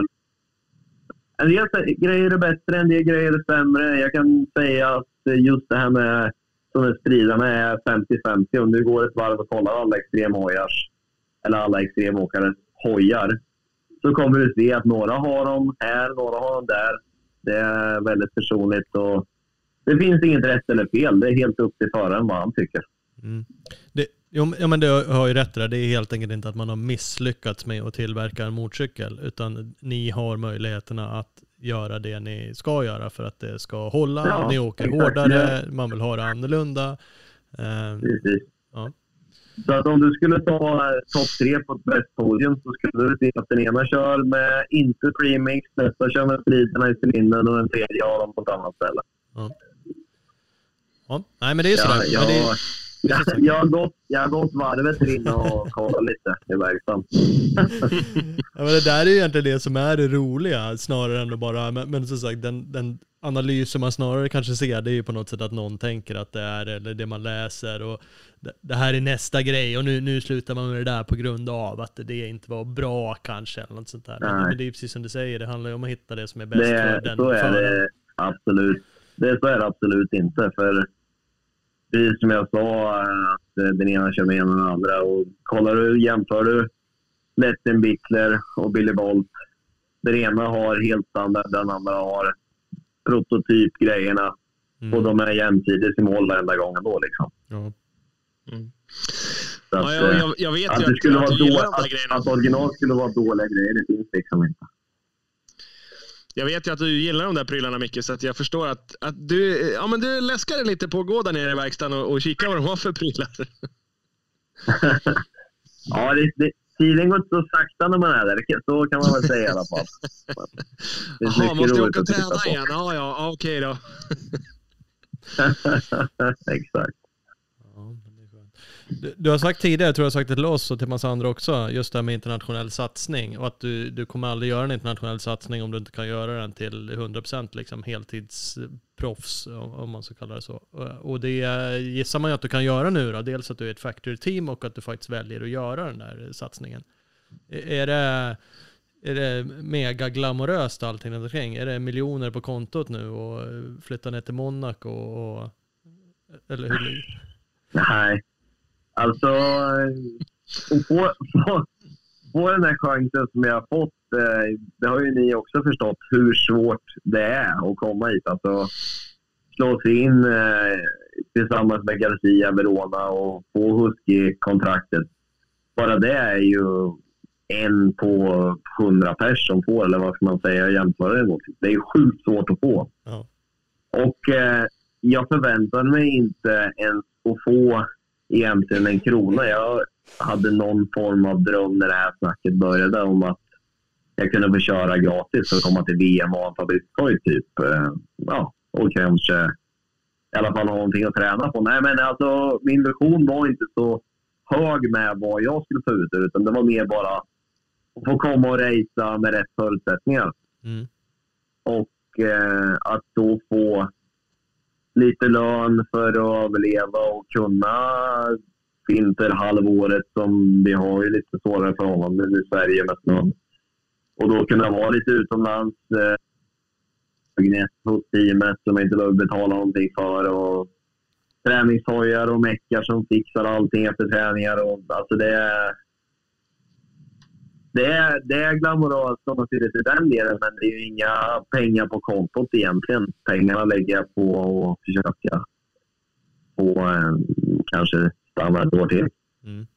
En del grejer är bättre, en del grejer är sämre. Jag kan säga att just det här med som spridarna är femtio femtio. Om du går ett varv och kollar alla extremhojars eller alla extremåkares hojar så kommer du se att några har dem här, några har dem där. Det är väldigt personligt och det finns inget rätt eller fel. Det är helt upp till föraren vad han tycker. Mm. Det, jo, ja, men det har ju rätt där. Det är helt enkelt inte att man har misslyckats med att tillverka en motorcykel utan ni har möjligheterna att göra det ni ska göra för att det ska hålla. Ja, ni åker exakt, hårdare, ja. Man vill ha det annorlunda. Precis. Ja. Så att om du skulle ta topp tre på ett bästpodium så skulle du se att den ena kör med inte premix, nästa kör med spridarna i cylindern och den tredje har dem på ett annat ställe. Ja. Ja. Nej, men det är sådär. Ja, men det, jag, det är jag, jag, har gått, jag har gått varvet in och kollat lite i verksamheten. Ja, men det där är ju egentligen det som är det roliga snarare än att bara, men, men som sagt den, den analysen man snarare kanske ser det är ju på något sätt att någon tänker att det är eller det man läser och det, det här är nästa grej och nu, nu slutar man med det där på grund av att det inte var bra kanske eller något sånt där. Men, men det är ju precis som du säger, det handlar ju om att hitta det som är bäst det, för den. Så är för det absolut. Det så är det absolut inte för precis som jag sa att den ena kör med den andra och kollar du, jämför du Lettin Bickler och Billy Bolt. Den ena har helt standard, den andra har prototypgrejerna mm. och de är jämsides i mål varenda gång ändå liksom. Ja. Mm. Så att, ja, jag, jag, jag vet att ju det skulle att, vara att, då, att, att, att original skulle vara dåliga grejer, det finns liksom inte. Jag vet ju att du gillar de där prylarna mycket så att jag förstår att, att du, ja, men du läskar lite på att gå där nere i verkstaden och, och kika vad de har för prylar. Ja, det, det, tiden går inte så sakta när man är där. Så kan man väl säga i alla fall. Jaha, måste jag åka och träna igen? Ja, ja, okej då. Exakt. Du, du har sagt tidigare, jag tror jag har sagt det till oss och till massa andra också, just det här med internationell satsning och att du, du kommer aldrig göra en internationell satsning om du inte kan göra den till hundra procent liksom heltidsproffs om man så kallar det så. Och det gissar man ju att du kan göra nu då, dels att du är ett factory team och att du faktiskt väljer att göra den där satsningen. Är det, är det mega glamoröst allting runt omkring? Är det miljoner på kontot nu och flytta ner till Monaco och, eller hur? Nej, alltså och få, få, få den här chansen som jag har fått, det har ju ni också förstått hur svårt det är att komma hit. Alltså slå sig in tillsammans med Garcia, Verona och få Husky-kontraktet. Bara det är ju en på hundra pers som får, eller vad ska man säga, jämföra det mot. Det är ju sjukt svårt att få. Ja. Och eh, jag förväntade mig inte ens att få egentligen en krona. Jag hade någon form av dröm när det här snacket började om att jag kunde få köra gratis och komma till V M och en fabriksskoj typ. Eh, ja, och kanske i alla fall ha någonting att träna på. Nej, men alltså min vision var inte så hög med vad jag skulle få ut, utan det var mer bara att få komma och racea med rätt förutsättningar. Mm. Och eh, att då få lite lön för att överleva och kunna vinterhalvåret som vi har ju lite svårare förhållanden i Sverige med snön. Och då kunna vara lite utomlands eh, hos teamet som inte behöver betala någonting för, och träningshojar och meckar som fixar allting efter träningar. Och, alltså det är det är, det är glamoröst som man ser det till den delen, men det är ju inga pengar på kontot egentligen. Pengarna lägger jag på att försöka få eh, kanske stanna ett år till. Mm.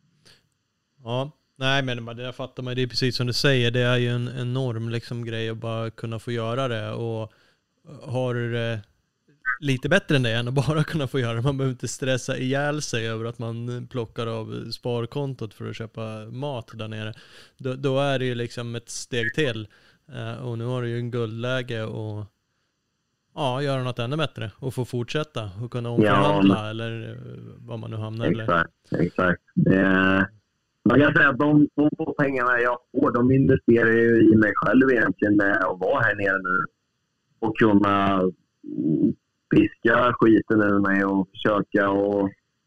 Ja, nej men det där fattar man. Det är precis som du säger, det är ju en enorm liksom grej att bara kunna få göra det, och har du det lite bättre än det än att bara kunna få göra det. Man behöver inte stressa ihjäl sig över att man plockar av sparkontot för att köpa mat där nere. Då, då är det ju liksom ett steg till. Uh, och nu har du ju en guldläge och ja, göra något ännu bättre och få fortsätta och kunna omförhandla ja, eller vad man nu hamnar. Exakt, eller. exakt. Det, man kan säga att de två pengarna jag får, de investerar ju i mig själv egentligen med att vara här nere nu och kunna piska skiten ur mig och försöka och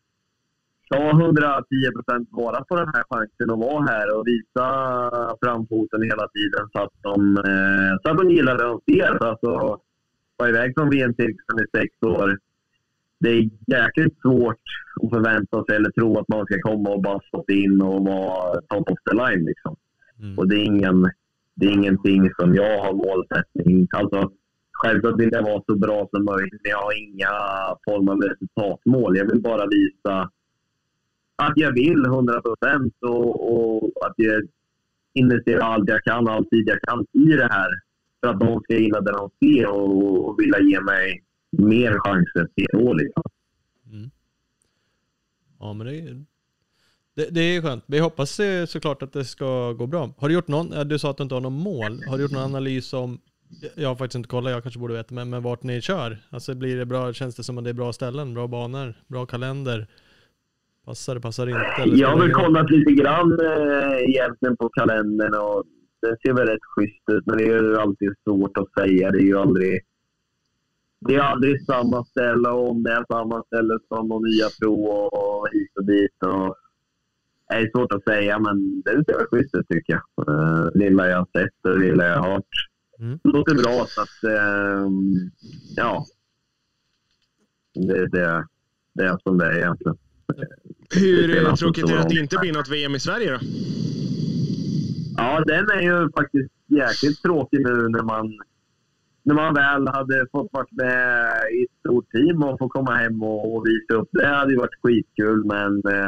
ta hundratio procent vara på den här chansen att vara här och visa framfoten hela tiden så att de, eh, så att de gillar det de ser. Alltså, vara iväg från V M-cirkusen i sex år. Det är jäkligt svårt att förvänta sig eller tro att man ska komma och bara stå in och vara top of the line. Liksom. Mm. Och det är, ingen, det är ingenting som jag har målsättning. Alltså, självklart vill jag vara så bra som möjligt, men jag har inga form av resultatmål. Jag vill bara visa att jag vill hundra procent och, och att jag investerar allt jag kan, all tid jag kan i det här. För att de ska gilla det de ser och, och vilja ge mig mer chanser till ett år. Liksom. Mm. Ja, men det är, det, det är skönt. Vi hoppas såklart att det ska gå bra. Har du gjort någon, du sa att du inte har någon mål. Har du gjort någon analys om, jag har faktiskt inte kollat, jag kanske borde veta, men, men vart ni kör? Alltså blir det bra, känns det som att det är bra ställen, bra banor, bra kalender? Passar det, passar det inte? Eller jag har väl kollat lite grann äh, egentligen på kalendern och det ser väl rätt schysst ut, men det är ju alltid svårt att säga. Det är ju aldrig det är aldrig samma ställe, och om det är samma ställe som de nya prov och hit och dit. Och det är svårt att säga, men det ser väl schysst ut tycker jag. Uh, lilla jag har sett och lilla jag har hört. Mm. Det låter bra, så att uh, ja, det, det, det är som det är egentligen. Hur det är tråkigt är det att det inte blir något V M i Sverige då? Ja, den är ju faktiskt jäkligt tråkig nu när man när man väl hade fått vara med i ett stort team och få komma hem och, och visa upp. Det hade ju varit skitkul, men eh,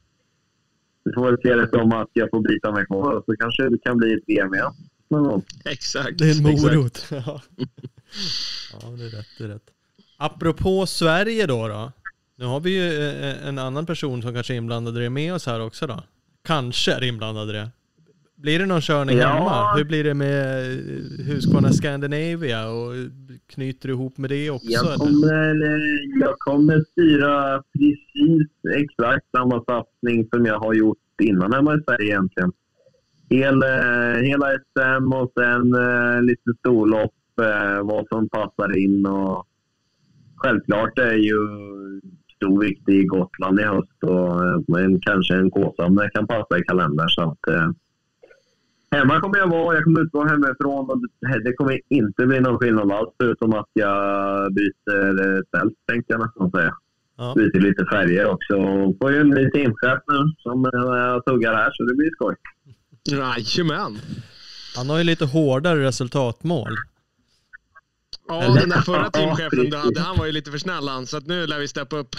det får väl se det som att jag får bita mig kvar, så kanske det kan bli ett V M igen. Mm. Exakt. Det är en morot. Ja. Ja, det är rätt, det är rätt. Apropå Sverige då då. Nu har vi ju en annan person som kanske är inblandad i det med oss här också då. Kanske är inblandad i det. Blir det någon körning ja. hemma? Hur blir det med Husqvarna Scandinavia? Och knyter du ihop med det också? Jag kommer, jag kommer styra precis exakt samma satsning som jag har gjort innan hemma i Sverige egentligen. Hela, hela S M och sen uh, lite storlopp, uh, vad som passar in. Och självklart är ju stor vikt i Gotland i höst, och, uh, men kanske en K S A M kan passa i kalendern. Så att, uh, Hemma kommer jag vara, jag kommer utgå hemifrån och det kommer inte bli någon skillnad alls förutom att jag byter tält, tänkte jag nästan säga. Ja. Byter lite färger också och får ju en ny teamchef nu som jag tuggar här så det blir skoj. Jajamän. Han har ju lite hårdare resultatmål. Ja, Eller? Den där förra teamchefen, hade, han var ju lite för snäll han, så att nu lär vi steppa upp.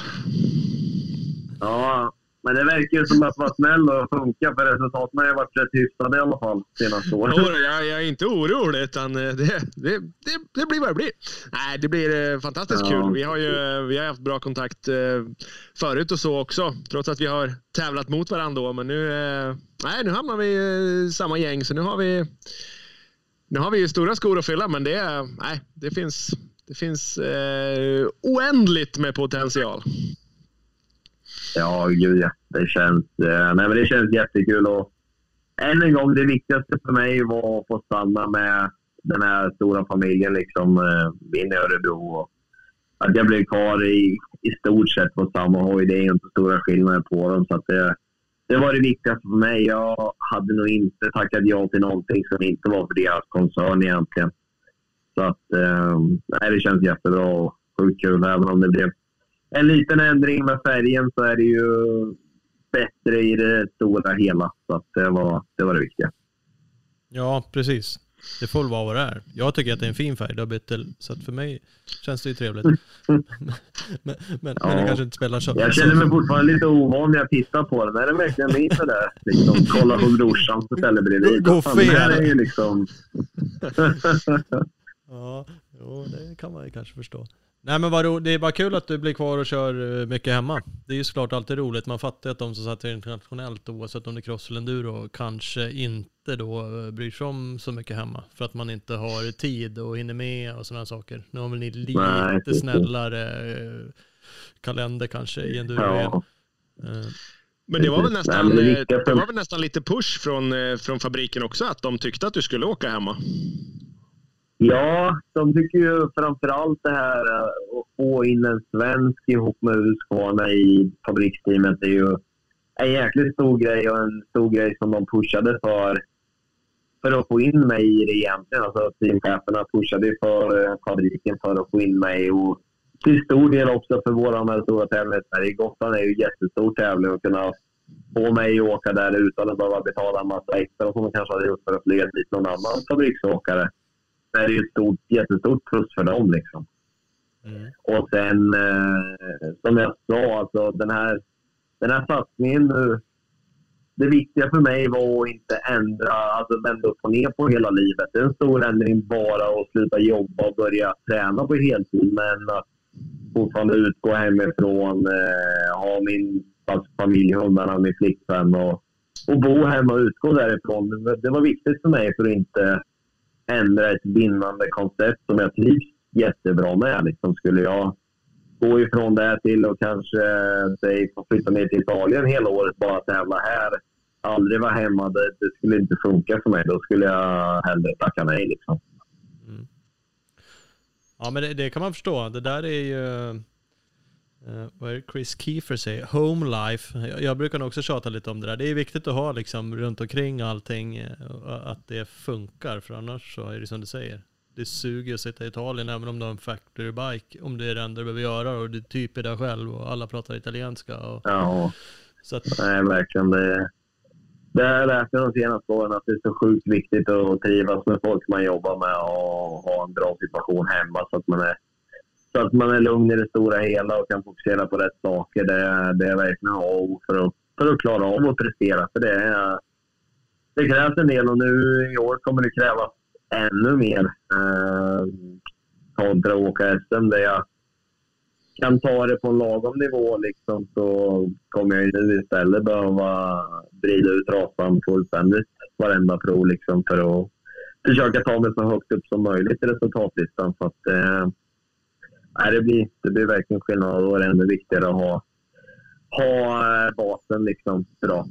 Ja, men det verkar ju som att vara snäll och funka för resultaten har ju varit rätt hyfsade i alla fall senaste året. Ja, jag, jag är inte orolig utan det, det, det, det blir vad det blir. Nej, det blir eh, fantastiskt ja. kul. Vi har ju vi har haft bra kontakt eh, förut och så också, trots att vi har tävlat mot varandra. Men nu, eh, nej, nu hamnar vi i samma gäng så nu har vi nu har vi ju stora skor att fylla, men det, nej, det finns, det finns eh, oändligt med potential. Ja, gud ja. Det känns, eh, nej, men det känns jättekul. Och än en gång, det viktigaste för mig var att få stanna med den här stora familjen liksom, eh, in i Örebro. Och att jag blev kvar i, i stort sett på samma hoj. Det är inte stora skillnader på dem. Så att det, det var det viktigaste för mig. Jag hade nog inte tackat ja till någonting som inte var för deras koncern egentligen. Så att, eh, nej, det känns jättebra och sjukt kul även om det blev en liten ändring med färgen så är det ju bättre i det stora hela. Så att det, var, det var det viktiga. Ja, precis. Det får vara vad det är. Jag tycker att det är en fin färg. Det har bytt till, så att för mig känns det ju trevligt. men men, men ja. det kanske inte spelar så. Jag känner mig fortfarande lite ovan när jag tittar på den. Är det verkligen min för det? Liksom, kolla på brorsan så ställer bredvid. Gå fel. Det här är ju liksom... ja, jo, det kan man ju kanske förstå. Nej, men vad ro, det är bara kul att du blir kvar och kör mycket hemma. Det är ju såklart alltid roligt. Man fattar att de som satsar internationellt, oavsett om det är cross eller enduro, kanske inte då bryr sig om så mycket hemma. För att man inte har tid och hinner med och sådana saker. Nu har väl ni lite Nej, snällare kalender kanske i enduro. Ja. Men det var väl nästan, det var väl nästan lite push från, från fabriken också att de tyckte att du skulle åka hemma. Ja, de tycker ju framförallt det här att få in en svensk ihop med Husqvarna i fabriksteamet är ju en jäkligt stor grej och en stor grej som de pushade för för att få in mig i det egentligen. Alltså teamcheferna pushade för fabriken för att få in mig och till stor del också för våra stora tävlingar. I Gotland är ju jättestor tävling att kunna få mig att åka där utan att behöva betala en massa extra som man kanske hade gjort för att flyga dit någon annan fabriksåkare. Det är ju ett stort, jättestort plus för dem liksom. Mm. Och sen eh, som jag sa, alltså den här den här satsningen nu, det viktiga för mig var att inte ändra, alltså vända upp och ner på hela livet. Det är en stor ändring bara att sluta jobba och börja träna på heltid, men att fortfarande utgå hemifrån, eh, ha min familj, hundarna, min flickvän och, och bo hemma och utgå därifrån. Det, det var viktigt för mig för att inte ändra ett vinnande koncept som jag trivs jättebra med. Liksom skulle jag gå ifrån det till och kanske säg, få flytta ner till Italien hela året bara tävla här, aldrig vara hemma, det, det skulle inte funka för mig. Då skulle jag hellre tacka nej liksom. Mm. Ja, men det, det kan man förstå. Det där är ju uh, vad är det Chris Kiefer säger? Home life. Jag, jag brukar nog också tjata lite om det där. Det är viktigt att ha liksom runt omkring allting, att det funkar, för annars så är det som du säger. Det suger att sitta i Italien även om du har en factory bike, om det är det enda du behöver göra och du typ är där själv och alla pratar italienska. Och, ja, så att, nej verkligen. Det, det har jag lärt mig de senaste åren att det är så sjukt viktigt att trivas med folk man jobbar med och ha en bra situation hemma så att man är Så att man är lugn i det stora hela och kan fokusera på rätt saker. Det är, det är verkligen av för att, för att klara av att prestera. För det, är, det krävs en del och nu i år kommer det krävas ännu mer. Eh, kontra att åka S M där jag kan ta det på en lagom nivå liksom, så kommer jag nu istället behöva vrida ut rasan fullständigt varenda prov liksom, för att försöka ta mig så högt upp som möjligt i resultatlistan. Så att eh, Nej, det blir, det blir verkligen skillnad och det är ännu viktigare att ha, ha basen liksom bra.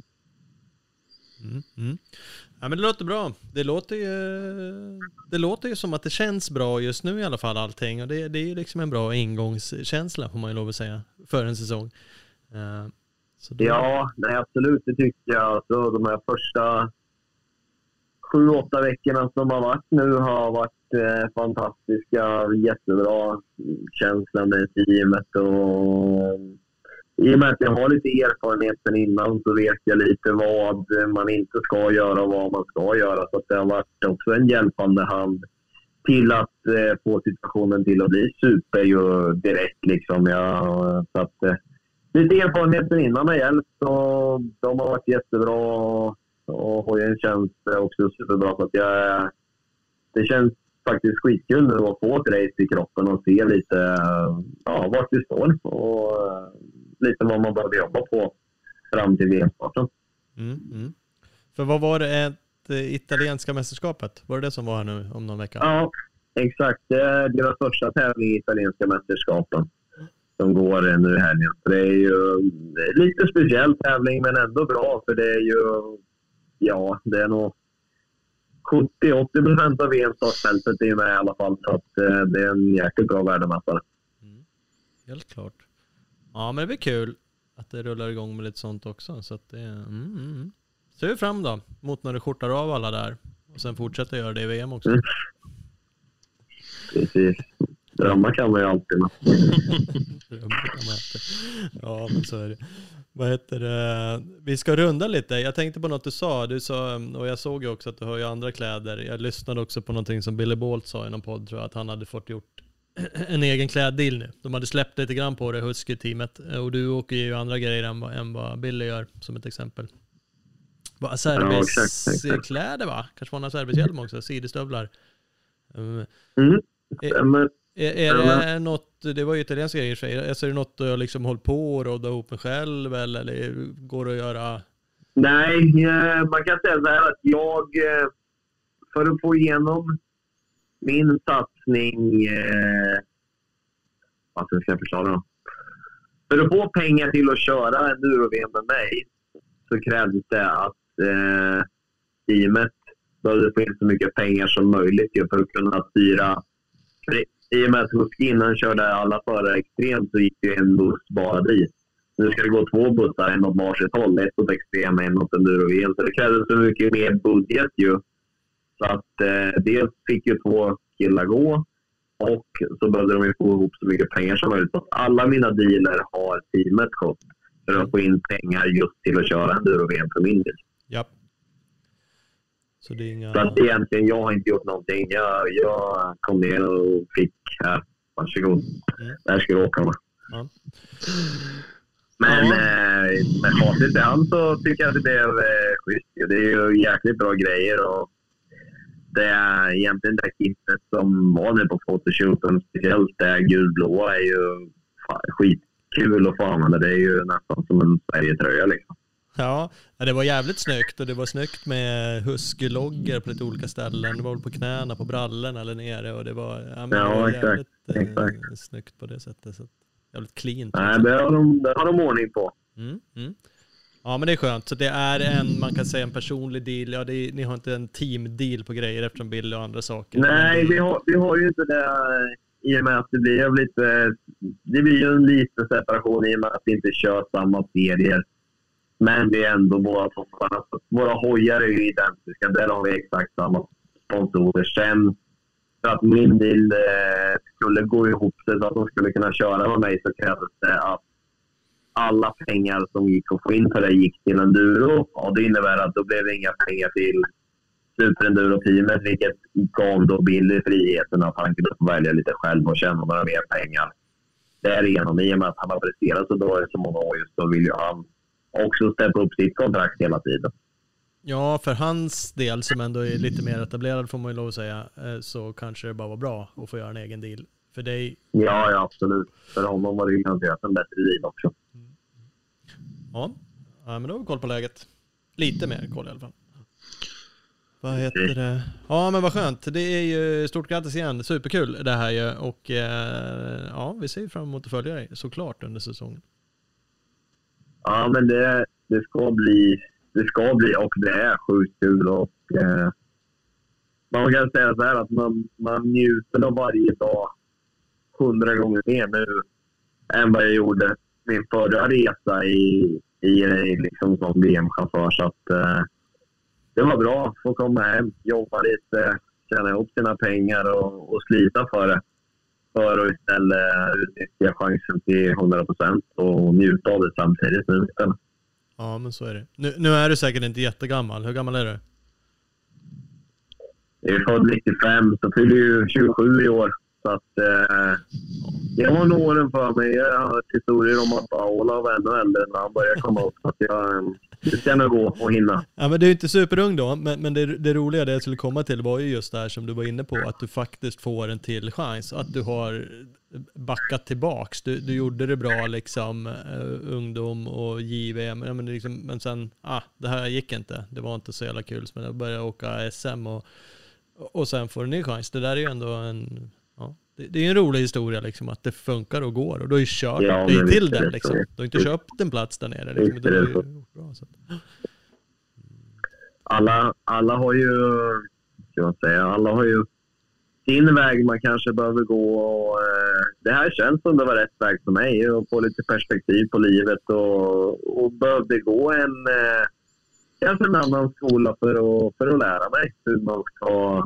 Mm, mm. Ja, men det låter bra. Det låter ju, det låter ju som att det känns bra just nu i alla fall allting. Och det, det är ju liksom en bra ingångskänsla får man ju lov att säga för en säsong. Uh, så då... Ja, nej, absolut. Det tycker jag. Så de här första sju, åtta veckorna som har varit nu har varit eh, fantastiska, jättebra känsla med teamet. Och i och med att jag har lite erfarenhet sedan innan så vet jag lite vad man inte ska göra och vad man ska göra. Så att det har varit också en hjälpande hand till att eh, få situationen till att bli super ju direkt. Liksom. Ja, så att, eh, lite erfarenhet sedan innan har hjälpt och de har varit jättebra. Och Hojen känns också superbra. Så att jag, det känns faktiskt skitkul nu att få ett race i kroppen och se lite ja, vart vi står. Och lite vad man behöver jobba på fram till V M-starten. Mm, mm. För vad var det ett italienska mästerskapet? Var det det som var här nu om någon vecka? Ja, exakt. Det är deras första tävling i italienska mästerskapen som går nu i helgen. Så det är ju lite speciell tävling men ändå bra för det är ju ja, det är nog sjuttio till åttio procent av V M-startfältet är med i alla fall. Så att eh, det är en jäkligt bra värdemätare. Mm. Helt klart. Ja, men det blir kul att det rullar igång med lite sånt också. Så att det mm, mm. Ser vi fram då mot när du skjortar av alla där. Och sen fortsätter göra det i V M också. Mm. Precis. Drömmar kan man ju alltid. Drömmar kan man alltid. Ja, men så är det. Vad heter det? Vi ska runda lite. Jag tänkte på något du sa. Du sa, och jag såg ju också att du har ju andra kläder. Jag lyssnade också på någonting som Billy Bolt sa i någon podd, tror jag, att han hade fått gjort en egen kläddeal nu. De hade släppt lite grann på det, Husky-teamet. Och du åker ju andra grejer än vad, än vad Billy gör, som ett exempel. Vad Acerbiskläder, va? Kanske var en Acerbisk-hjälm också, sidestövlar. Mm. Är, är, är det något, det var ju italienska grejer för er, är det något du har liksom hållit på och råda ihop med själv eller, eller går det att göra? Nej, man kan säga så här att jag för att få igenom min satsning eh, vad ska jag förklara då? För att få pengar till att köra enduro-V M med mig så krävdes det att eh, teamet behövde få in så mycket pengar som möjligt för att kunna styra. För i och med att Husky innan körde alla förare extremt så gick det en buss bara dit. Nu ska det gå två bussar, en åt varsitt håll, ett åt extrem, en åt enduro-V M. Så det krävdes så mycket mer budget ju. Så att eh, dels fick ju två killar gå och så behövde de ju få ihop så mycket pengar som möjligt. Så att alla mina dealer har teamet skott för att få in pengar just till att köra enduro-V M för min del. Ja. Så det är inga... Så att egentligen, jag har inte gjort någonting. Jag, jag kom ner och fick här. Varsågod. Mm. Där ska du åka med. Ja. Men ja. eh, med facit i hand så tycker jag att det blev eh, schysst. Det är ju jäkligt bra grejer och det är egentligen det kittet som var nu på fotoshooten, speciellt det gulblåa, är ju fan, skitkul att få använda. Det är ju nästan som en Sverige-tröja liksom. Ja, det var jävligt snyggt och det var snyggt med Husky-loggor på lite olika ställen. Det var väl på knäna, på brallorna eller nere och det var, ja, men ja, det var exakt, jävligt exakt. Eh, snyggt på det sättet. Så jävligt clean. Nej, det har de, det har de ordning på. Mm, mm. Ja, men det är skönt. Så det är en, man kan säga en personlig deal. Ja, det är, ni har inte en team-deal på grejer eftersom Bill och andra saker. Nej, det... vi, har, vi har ju inte det i och med att det blir lite, det blir ju en liten separation i och med att vi inte kör samma serier. Men det är ändå våra topparna. Våra hojar är ju identiska. Där har vi exakt samma sponsorer. Sen för att min deal eh, skulle gå ihop sig så att de skulle kunna köra med mig så krävdes det att alla pengar som gick att få in för det gick till enduro. Och det innebär att då blev det inga pengar till Super-enduro-teamet, vilket gav då Billy friheten att han kunde få välja lite själv och tjäna några mer pengar. Därigenom, i och med att han har presterat så då är det så många år just då vill ju han också steppa upp sitt kontrakt hela tiden. Ja, för hans del som ändå är lite mer etablerad får man ju lov att säga, så kanske det bara var bra att få göra en egen deal. För dig... Ja, ja, absolut. För honom var det ju garanterat en bättre deal också. Mm. Ja. Ja, men då har vi koll på läget. Lite mer koll i alla fall. Vad heter det? Ja, men vad skönt. Det är ju stort grattis igen. Superkul det här ju. Och eh, ja, vi ser fram emot att följa dig såklart under säsongen. Ja, men det, det ska bli det ska bli och det är sjukt kul och eh, man kan säga så här att man, man njuter av varje dag hundra gånger mer nu än vad jag gjorde min förra resa i, i liksom som V M-chaufför. Så att eh, det var bra att få komma hem, jobba lite, tjäna ihop sina pengar och, och slita för det. För att istället utnyttja chansen till hundra procent och njuta av det samtidigt nu istället. Ja, men så är det. Nu, nu är du säkert inte jättegammal. Hur gammal är du? Jag är född nittiofem, så fyller ju tjugosju i år. Så att eh, jag har nog åren för mig. Jag har hört historier om att Ola var ännu äldre när han började komma upp. Så att jag det ska nog gå och hinna. Ja, men du är inte superung då. Men, men det, det roliga det jag skulle komma till var ju just det här som du var inne på. Att du faktiskt får en till chans. Att du har backat tillbaks. Du, du gjorde det bra liksom. Uh, ungdom och J V M. Men, men, liksom, men sen, ah, det här gick inte. Det var inte så jävla kul. Men jag började åka S M och, och sen får du en ny chans. Det där är ju ändå en... Ja, det, det är en rolig historia liksom, att det funkar och går. Och du har ju kört ja, dig till det, den liksom. Du har inte köpt en plats där nere. Liksom. Det, det är ju bra, så. Alla, alla har ju, ska man säga, alla har ju sin väg man kanske behöver gå. Och, eh, det här känns som det var rätt väg för mig. Och få lite perspektiv på livet. Och, och behövde gå en, eh, kanske en annan skola för att, för att lära mig hur man ska...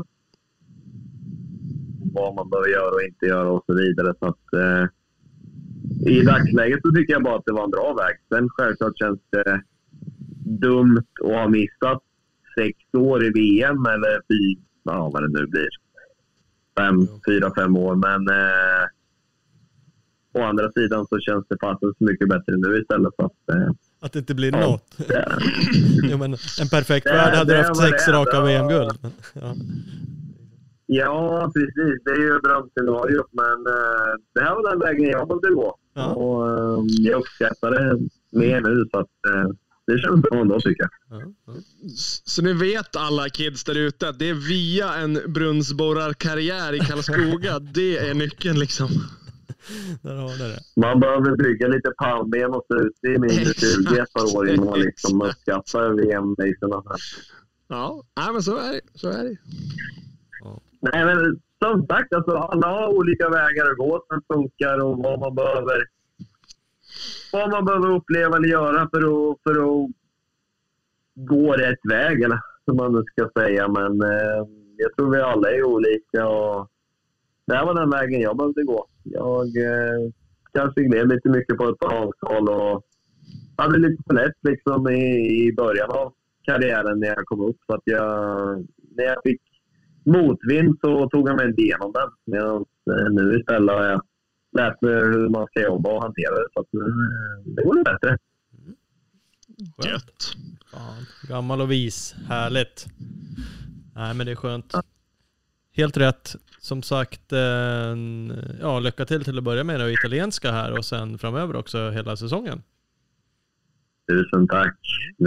vad man behöver göra och inte göra och så vidare. Så att, eh, i dagsläget så tycker jag bara att det var en bra väg. Sen självklart känns det dumt att ha missat sex år i V M eller fyra, ja, vad det nu blir. Fem, fyra, fem år. Men eh, å andra sidan så känns det fast så mycket bättre nu istället för att... Eh, att det inte blir ja, något. Jo, men en perfekt värld hade du haft sex raka V M-guld. Ja. Ja, precis. Det är ju drömscenario. Men uh, det här var den vägen jag måste gå. Ja. Och uh, jag uppskattar det mer nu. Så att, uh, det känns bra ändå, tycker jag. Ja, ja. Så ni vet alla kids där ute att det är via en brunnsborrarkarriär i Karlskoga. Det är nyckeln liksom. Där har det. Man behöver bygga lite pannben och se ut i minus tjugo ett par år innan man liksom uppskattar V M-racen. Ja, nej, men så är det. Så är det. Nej, men som sagt, alltså, alla har olika vägar att gå som funkar och vad man behöver vad man behöver uppleva eller göra för att, för att gå rätt väg, eller som man nu ska säga. Men eh, jag tror vi alla är olika och det här var den vägen jag behövde gå. Jag eh, kanske gled lite mycket på ett avtal och hade lite för lätt liksom i, i början av karriären när jag kom upp. Så att jag, när jag fick motvind så tog jag mig inte igenom den. Medan nu istället har jag lärt mig hur man ska jobba och hantera det. Så att nu, det går det bättre. Gött. Fan, gammal och vis. Härligt. Nej, men det är skönt. Helt rätt. Som sagt, ja, lycka till till att börja med det italienska här och sen framöver också hela säsongen. Tusen tack.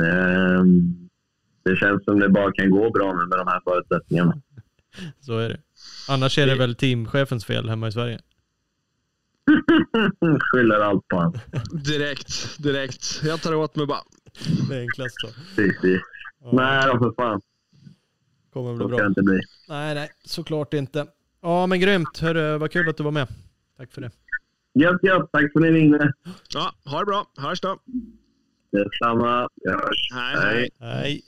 Det känns som det bara kan gå bra med de här förutsättningarna. Så är det. Annars är det väl teamchefens fel hemma i Sverige. Skyller allt på han. Direkt, direkt. Jag tar åt mig bara. Det är enklast så. Precis. Ja. Nej då, för fan. Kommer bli så bra. Kan det bli. Nej, nej, såklart inte. Ja, men grymt. Hörru, vad kul att du var med. Tack för det. Gött, gött. Tack för att ni ringde. Ja, ha det bra. Hörs då. Detsamma. Vi hörs. Hej, hej. Hej.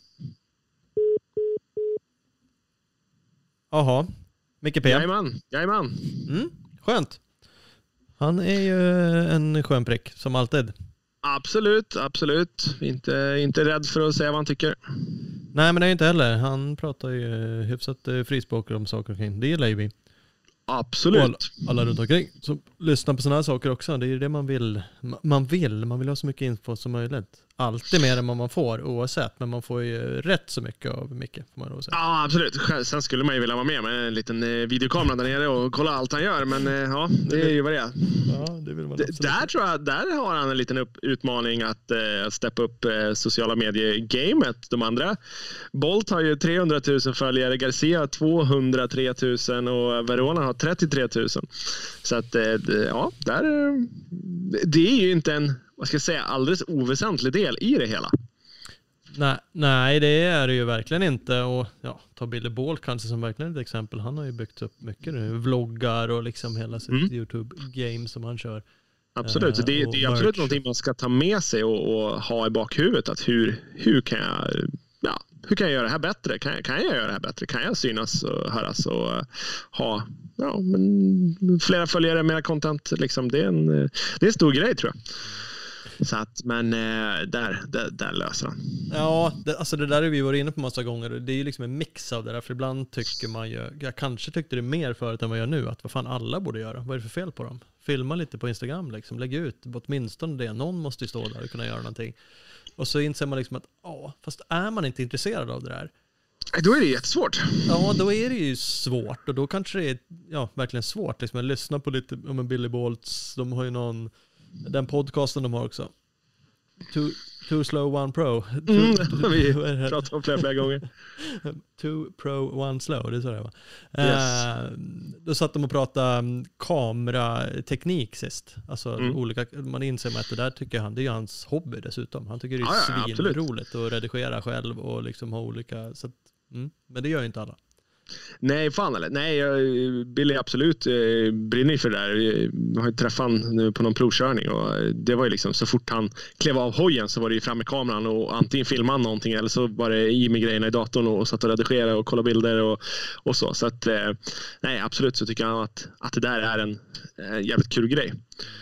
Jaha, Micke P. Jajamän, jajamän. Mm, skönt. Han är ju en skön prick, som alltid. Absolut, absolut. Inte, inte rädd för att säga vad han tycker. Nej, men det är inte heller. Han pratar ju hyfsat frispråkigt om saker och ting. Det gillar ju vi. Absolut. Alla, alla runt omkring. Så lyssna på såna här saker också. Det är ju det man vill. Man vill. Man vill ha så mycket info som möjligt. Alltid mer än vad man får oavsett. Men man får ju rätt så mycket av mycket. Får man säga. Ja, absolut. Sen skulle man ju vilja vara med med en liten videokamera där nere och kolla allt han gör. Men ja, det är ju vad det är. Ja, det vill man D- där tror jag, där har han en liten upp, utmaning att uh, steppa upp uh, sociala medier-gamet. De andra. Bolt har ju trehundratusen följare. Garcia tvåhundratre tusen och Verona har trettiotre tusen. Så att uh, ja, där, uh, det är ju inte en, vad ska jag säga, alldeles oväsentlig del i det hela. Nej, nej, det är det ju verkligen inte. Och ja, ta Billy Ball kanske som verkligen ett exempel. Han har ju byggt upp mycket nu. Vloggar och liksom hela sitt mm. YouTube-game som han kör. Absolut, uh, det, det är absolut någonting man ska ta med sig och, och ha i bakhuvudet. Att hur, hur kan jag ja, hur kan jag göra det här bättre? Kan jag, kan jag göra det här bättre? Kan jag synas och höras och uh, ha ja, men flera följare, mera content? Liksom, det, är en, det är en stor grej, tror jag. Så att, men uh, där, där, där löser han. Ja, det, alltså det där är vi varit inne på massa gånger. Det är ju liksom en mix av det där. För ibland tycker man ju, jag kanske tyckte det mer förut än vad jag gör nu, att vad fan alla borde göra. Vad är det för fel på dem? Filma lite på Instagram, liksom. Lägg ut åtminstone det. Någon måste ju stå där och kunna göra någonting. Och så inser man liksom att, ja, fast är man inte intresserad av det där, då är det jättesvårt. Ja, då är det ju svårt. Och då kanske det är, ja, verkligen svårt. Liksom, jag lyssnar på lite om en Billy Bolts. De har ju någon, den podcasten de har också. Two, two slow, one pro. Two, Mm, two, vi pratar om flera, flera gånger. Two pro, one slow. Det är så det var. Yes. Uh, då satt de och pratade kamerateknik sist. Alltså Mm. olika, man inser med att det där tycker han, det är ju hans hobby dessutom. Han tycker det är Ja, ja, svinroligt att redigera själv och liksom ha olika, så att, mm, men det gör ju inte alla. Nej, fan eller? Nej, jag, Billy absolut eh, brinner för det där. Jag har ju träffat han nu på någon provkörning och det var ju liksom så fort han klev av hojen så var det ju fram med kameran och antingen filmade han någonting eller så var det i med grejerna i datorn och satt och redigerade och kollade bilder och, och så. Så att, eh, nej, absolut så tycker jag att, att det där är en eh, jävligt kul grej.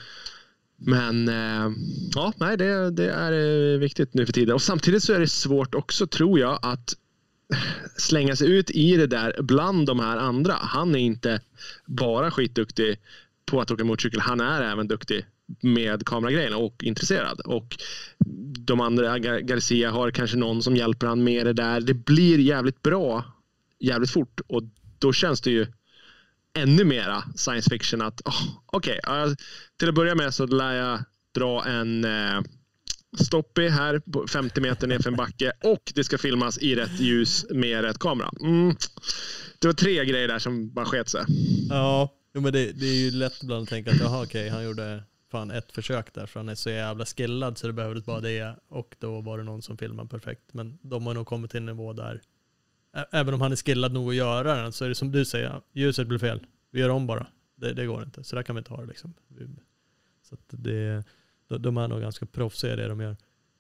Men eh, ja, nej, det, det är eh, viktigt nu för tiden. Och samtidigt så är det svårt också, tror jag, att slänga sig ut i det där bland de här andra. Han är inte bara skitduktig på att åka motorcykel. Han är även duktig med kameragrejerna och intresserad. Och de andra, Garcia har kanske någon som hjälper han med det där. Det blir jävligt bra jävligt fort. Och då känns det ju ännu mera science fiction att oh, okej, okay, uh, till att börja med så lär jag dra en uh, stoppig här på femtio meter ner för en backe och det ska filmas i rätt ljus med rätt kamera. Mm. Det var tre grejer där som bara sket sig. Ja, men det, det är ju lätt ibland att tänka att jaha, okej, okay, han gjorde fan ett försök där för han är så jävla skillad så det behövdes bara det och då var det någon som filmade perfekt. Men de har nog kommit till en nivå där även om han är skillad nog att göra den så är det som du säger, ljuset blir fel. Vi gör om bara. Det, det går inte. Så där kan vi inte ha det liksom. Så att det, de är nog ganska proffsiga i det de gör.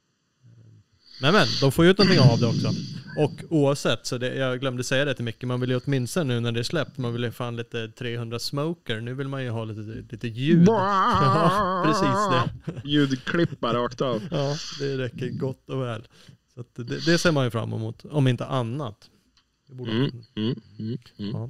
Men men, de får ju ut någonting av det också. Och oavsett, så det, jag glömde säga det till mycket, man vill ju åtminstone nu när det är släppt, man vill ju fan lite trehundra smoker. Nu vill man ju ha lite, lite ljud. Ja, precis det. Ljudklippa rakt av. Ja, det räcker gott och väl. Så att det, det ser man ju fram emot, om inte annat. Det borde mm, mm, mm, mm. Ja.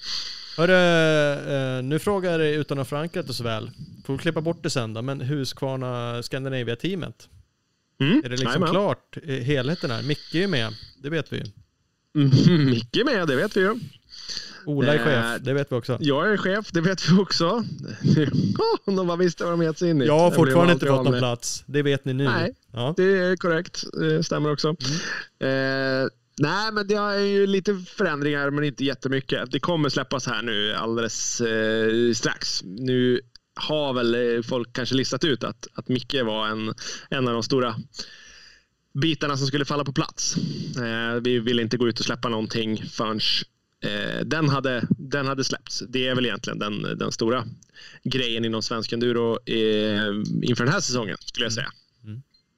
Hörru, nu frågar jag dig utan att förankrat det så väl. Får vi klippa bort det sen då, men Husqvarna Scandinavia-teamet. Mm, är det liksom nej, klart, helheten här? Micke är med, det vet vi ju. Mm, Micke är med, det vet vi ju. Ola är chef, det vet vi också. Jag är chef, det vet vi också. Om de bara visste vad de gett sig in i. Jag har fortfarande inte fått någon plats, det vet ni nu. Nej, ja. Det är korrekt, det stämmer också. Mm. Eh, nej, men det är ju lite förändringar, men inte jättemycket. Det kommer släppas här nu alldeles eh, strax. Nu har väl folk kanske listat ut att, att Micke var en, en av de stora bitarna som skulle falla på plats. Eh, vi vill inte gå ut och släppa någonting förrän eh, den, hade, den hade släppts. Det är väl egentligen den, den stora grejen inom svensk enduro eh, inför den här säsongen, skulle jag säga. Mm.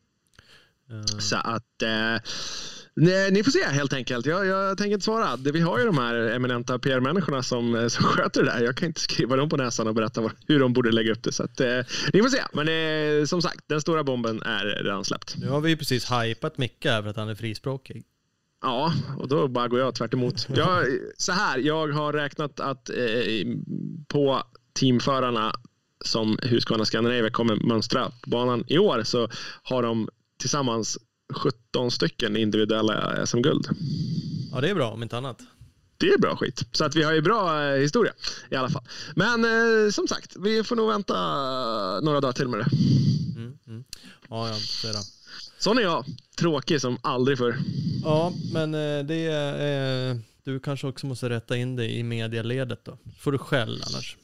Mm. Uh. Så att eh, nej, ni får se helt enkelt. Jag, jag tänker inte svara. Vi har ju de här eminenta P R-människorna som, som sköter det där. Jag kan inte skriva dem på näsan och berätta vad, hur de borde lägga upp det. Så att, eh, ni får se. Men eh, som sagt, den stora bomben är redan släppt. Nu har vi ju precis hypat Micke för att han är frispråkig. Ja, och då bara går jag tvärt emot. Jag, så här, jag har räknat att eh, på teamförarna som Husqvarna Scandinavia kommer mönstra på banan i år så har de tillsammans sjutton stycken individuella S M-guld. Ja, det är bra om inte annat. Det är bra skit. Så att vi har ju bra eh, historia i alla fall. Men eh, som sagt, vi får nog vänta några dagar till med det. Mm, mm. Ja, jag ser det. Sån är jag. Tråkig som aldrig förr. Ja, men eh, det är... Eh, du kanske också måste rätta in dig i medialedet då. Får du skäll annars.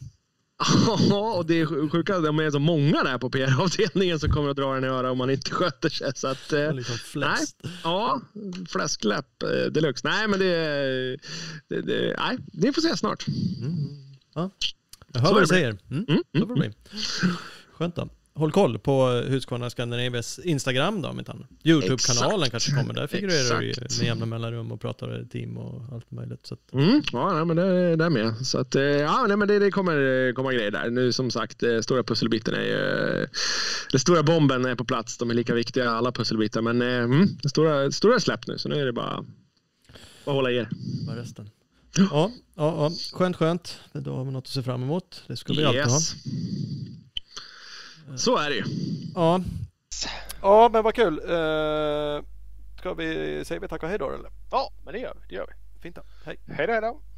Ja, och det är sjuka. De är så många där på P R-avdelningen som kommer att dra en i öra om man inte sköter sig. Så att, eh, liksom fläst. Nej, ja, fläskläpp eh, deluxe. Nej, men det, det, det nej, det får se snart. Mm. Ja. Jag hör så vad du säger. Mm. Mm. Så får det bli. Skönt då. håll koll på Husqvarna Scandinavias Instagram då, om inte annat. YouTube-kanalen kanske kommer. Där figurerar du med jämna mellanrum och pratar team och allt möjligt. Så att... mm, ja, nej, men det är där med. Så att, ja, nej, men det, det kommer komma grejer där. Nu som sagt, stora pusselbiten är ju... Den stora bomben är på plats. De är lika viktiga, alla pusselbitar. Men mm, det stora, stora är släppt nu, så nu är det bara att hålla er. Bara resten. Ja, ja, ja, skönt, skönt. Då har vi något att se fram emot. Det ska vi yes. alltid ha. Så är det ju. Ja. Ja, men vad kul. Uh, ska vi säga vi tackar hej då eller? Ja, men det gör vi. Det gör vi. Fint då. Hej. Hej då, hej då.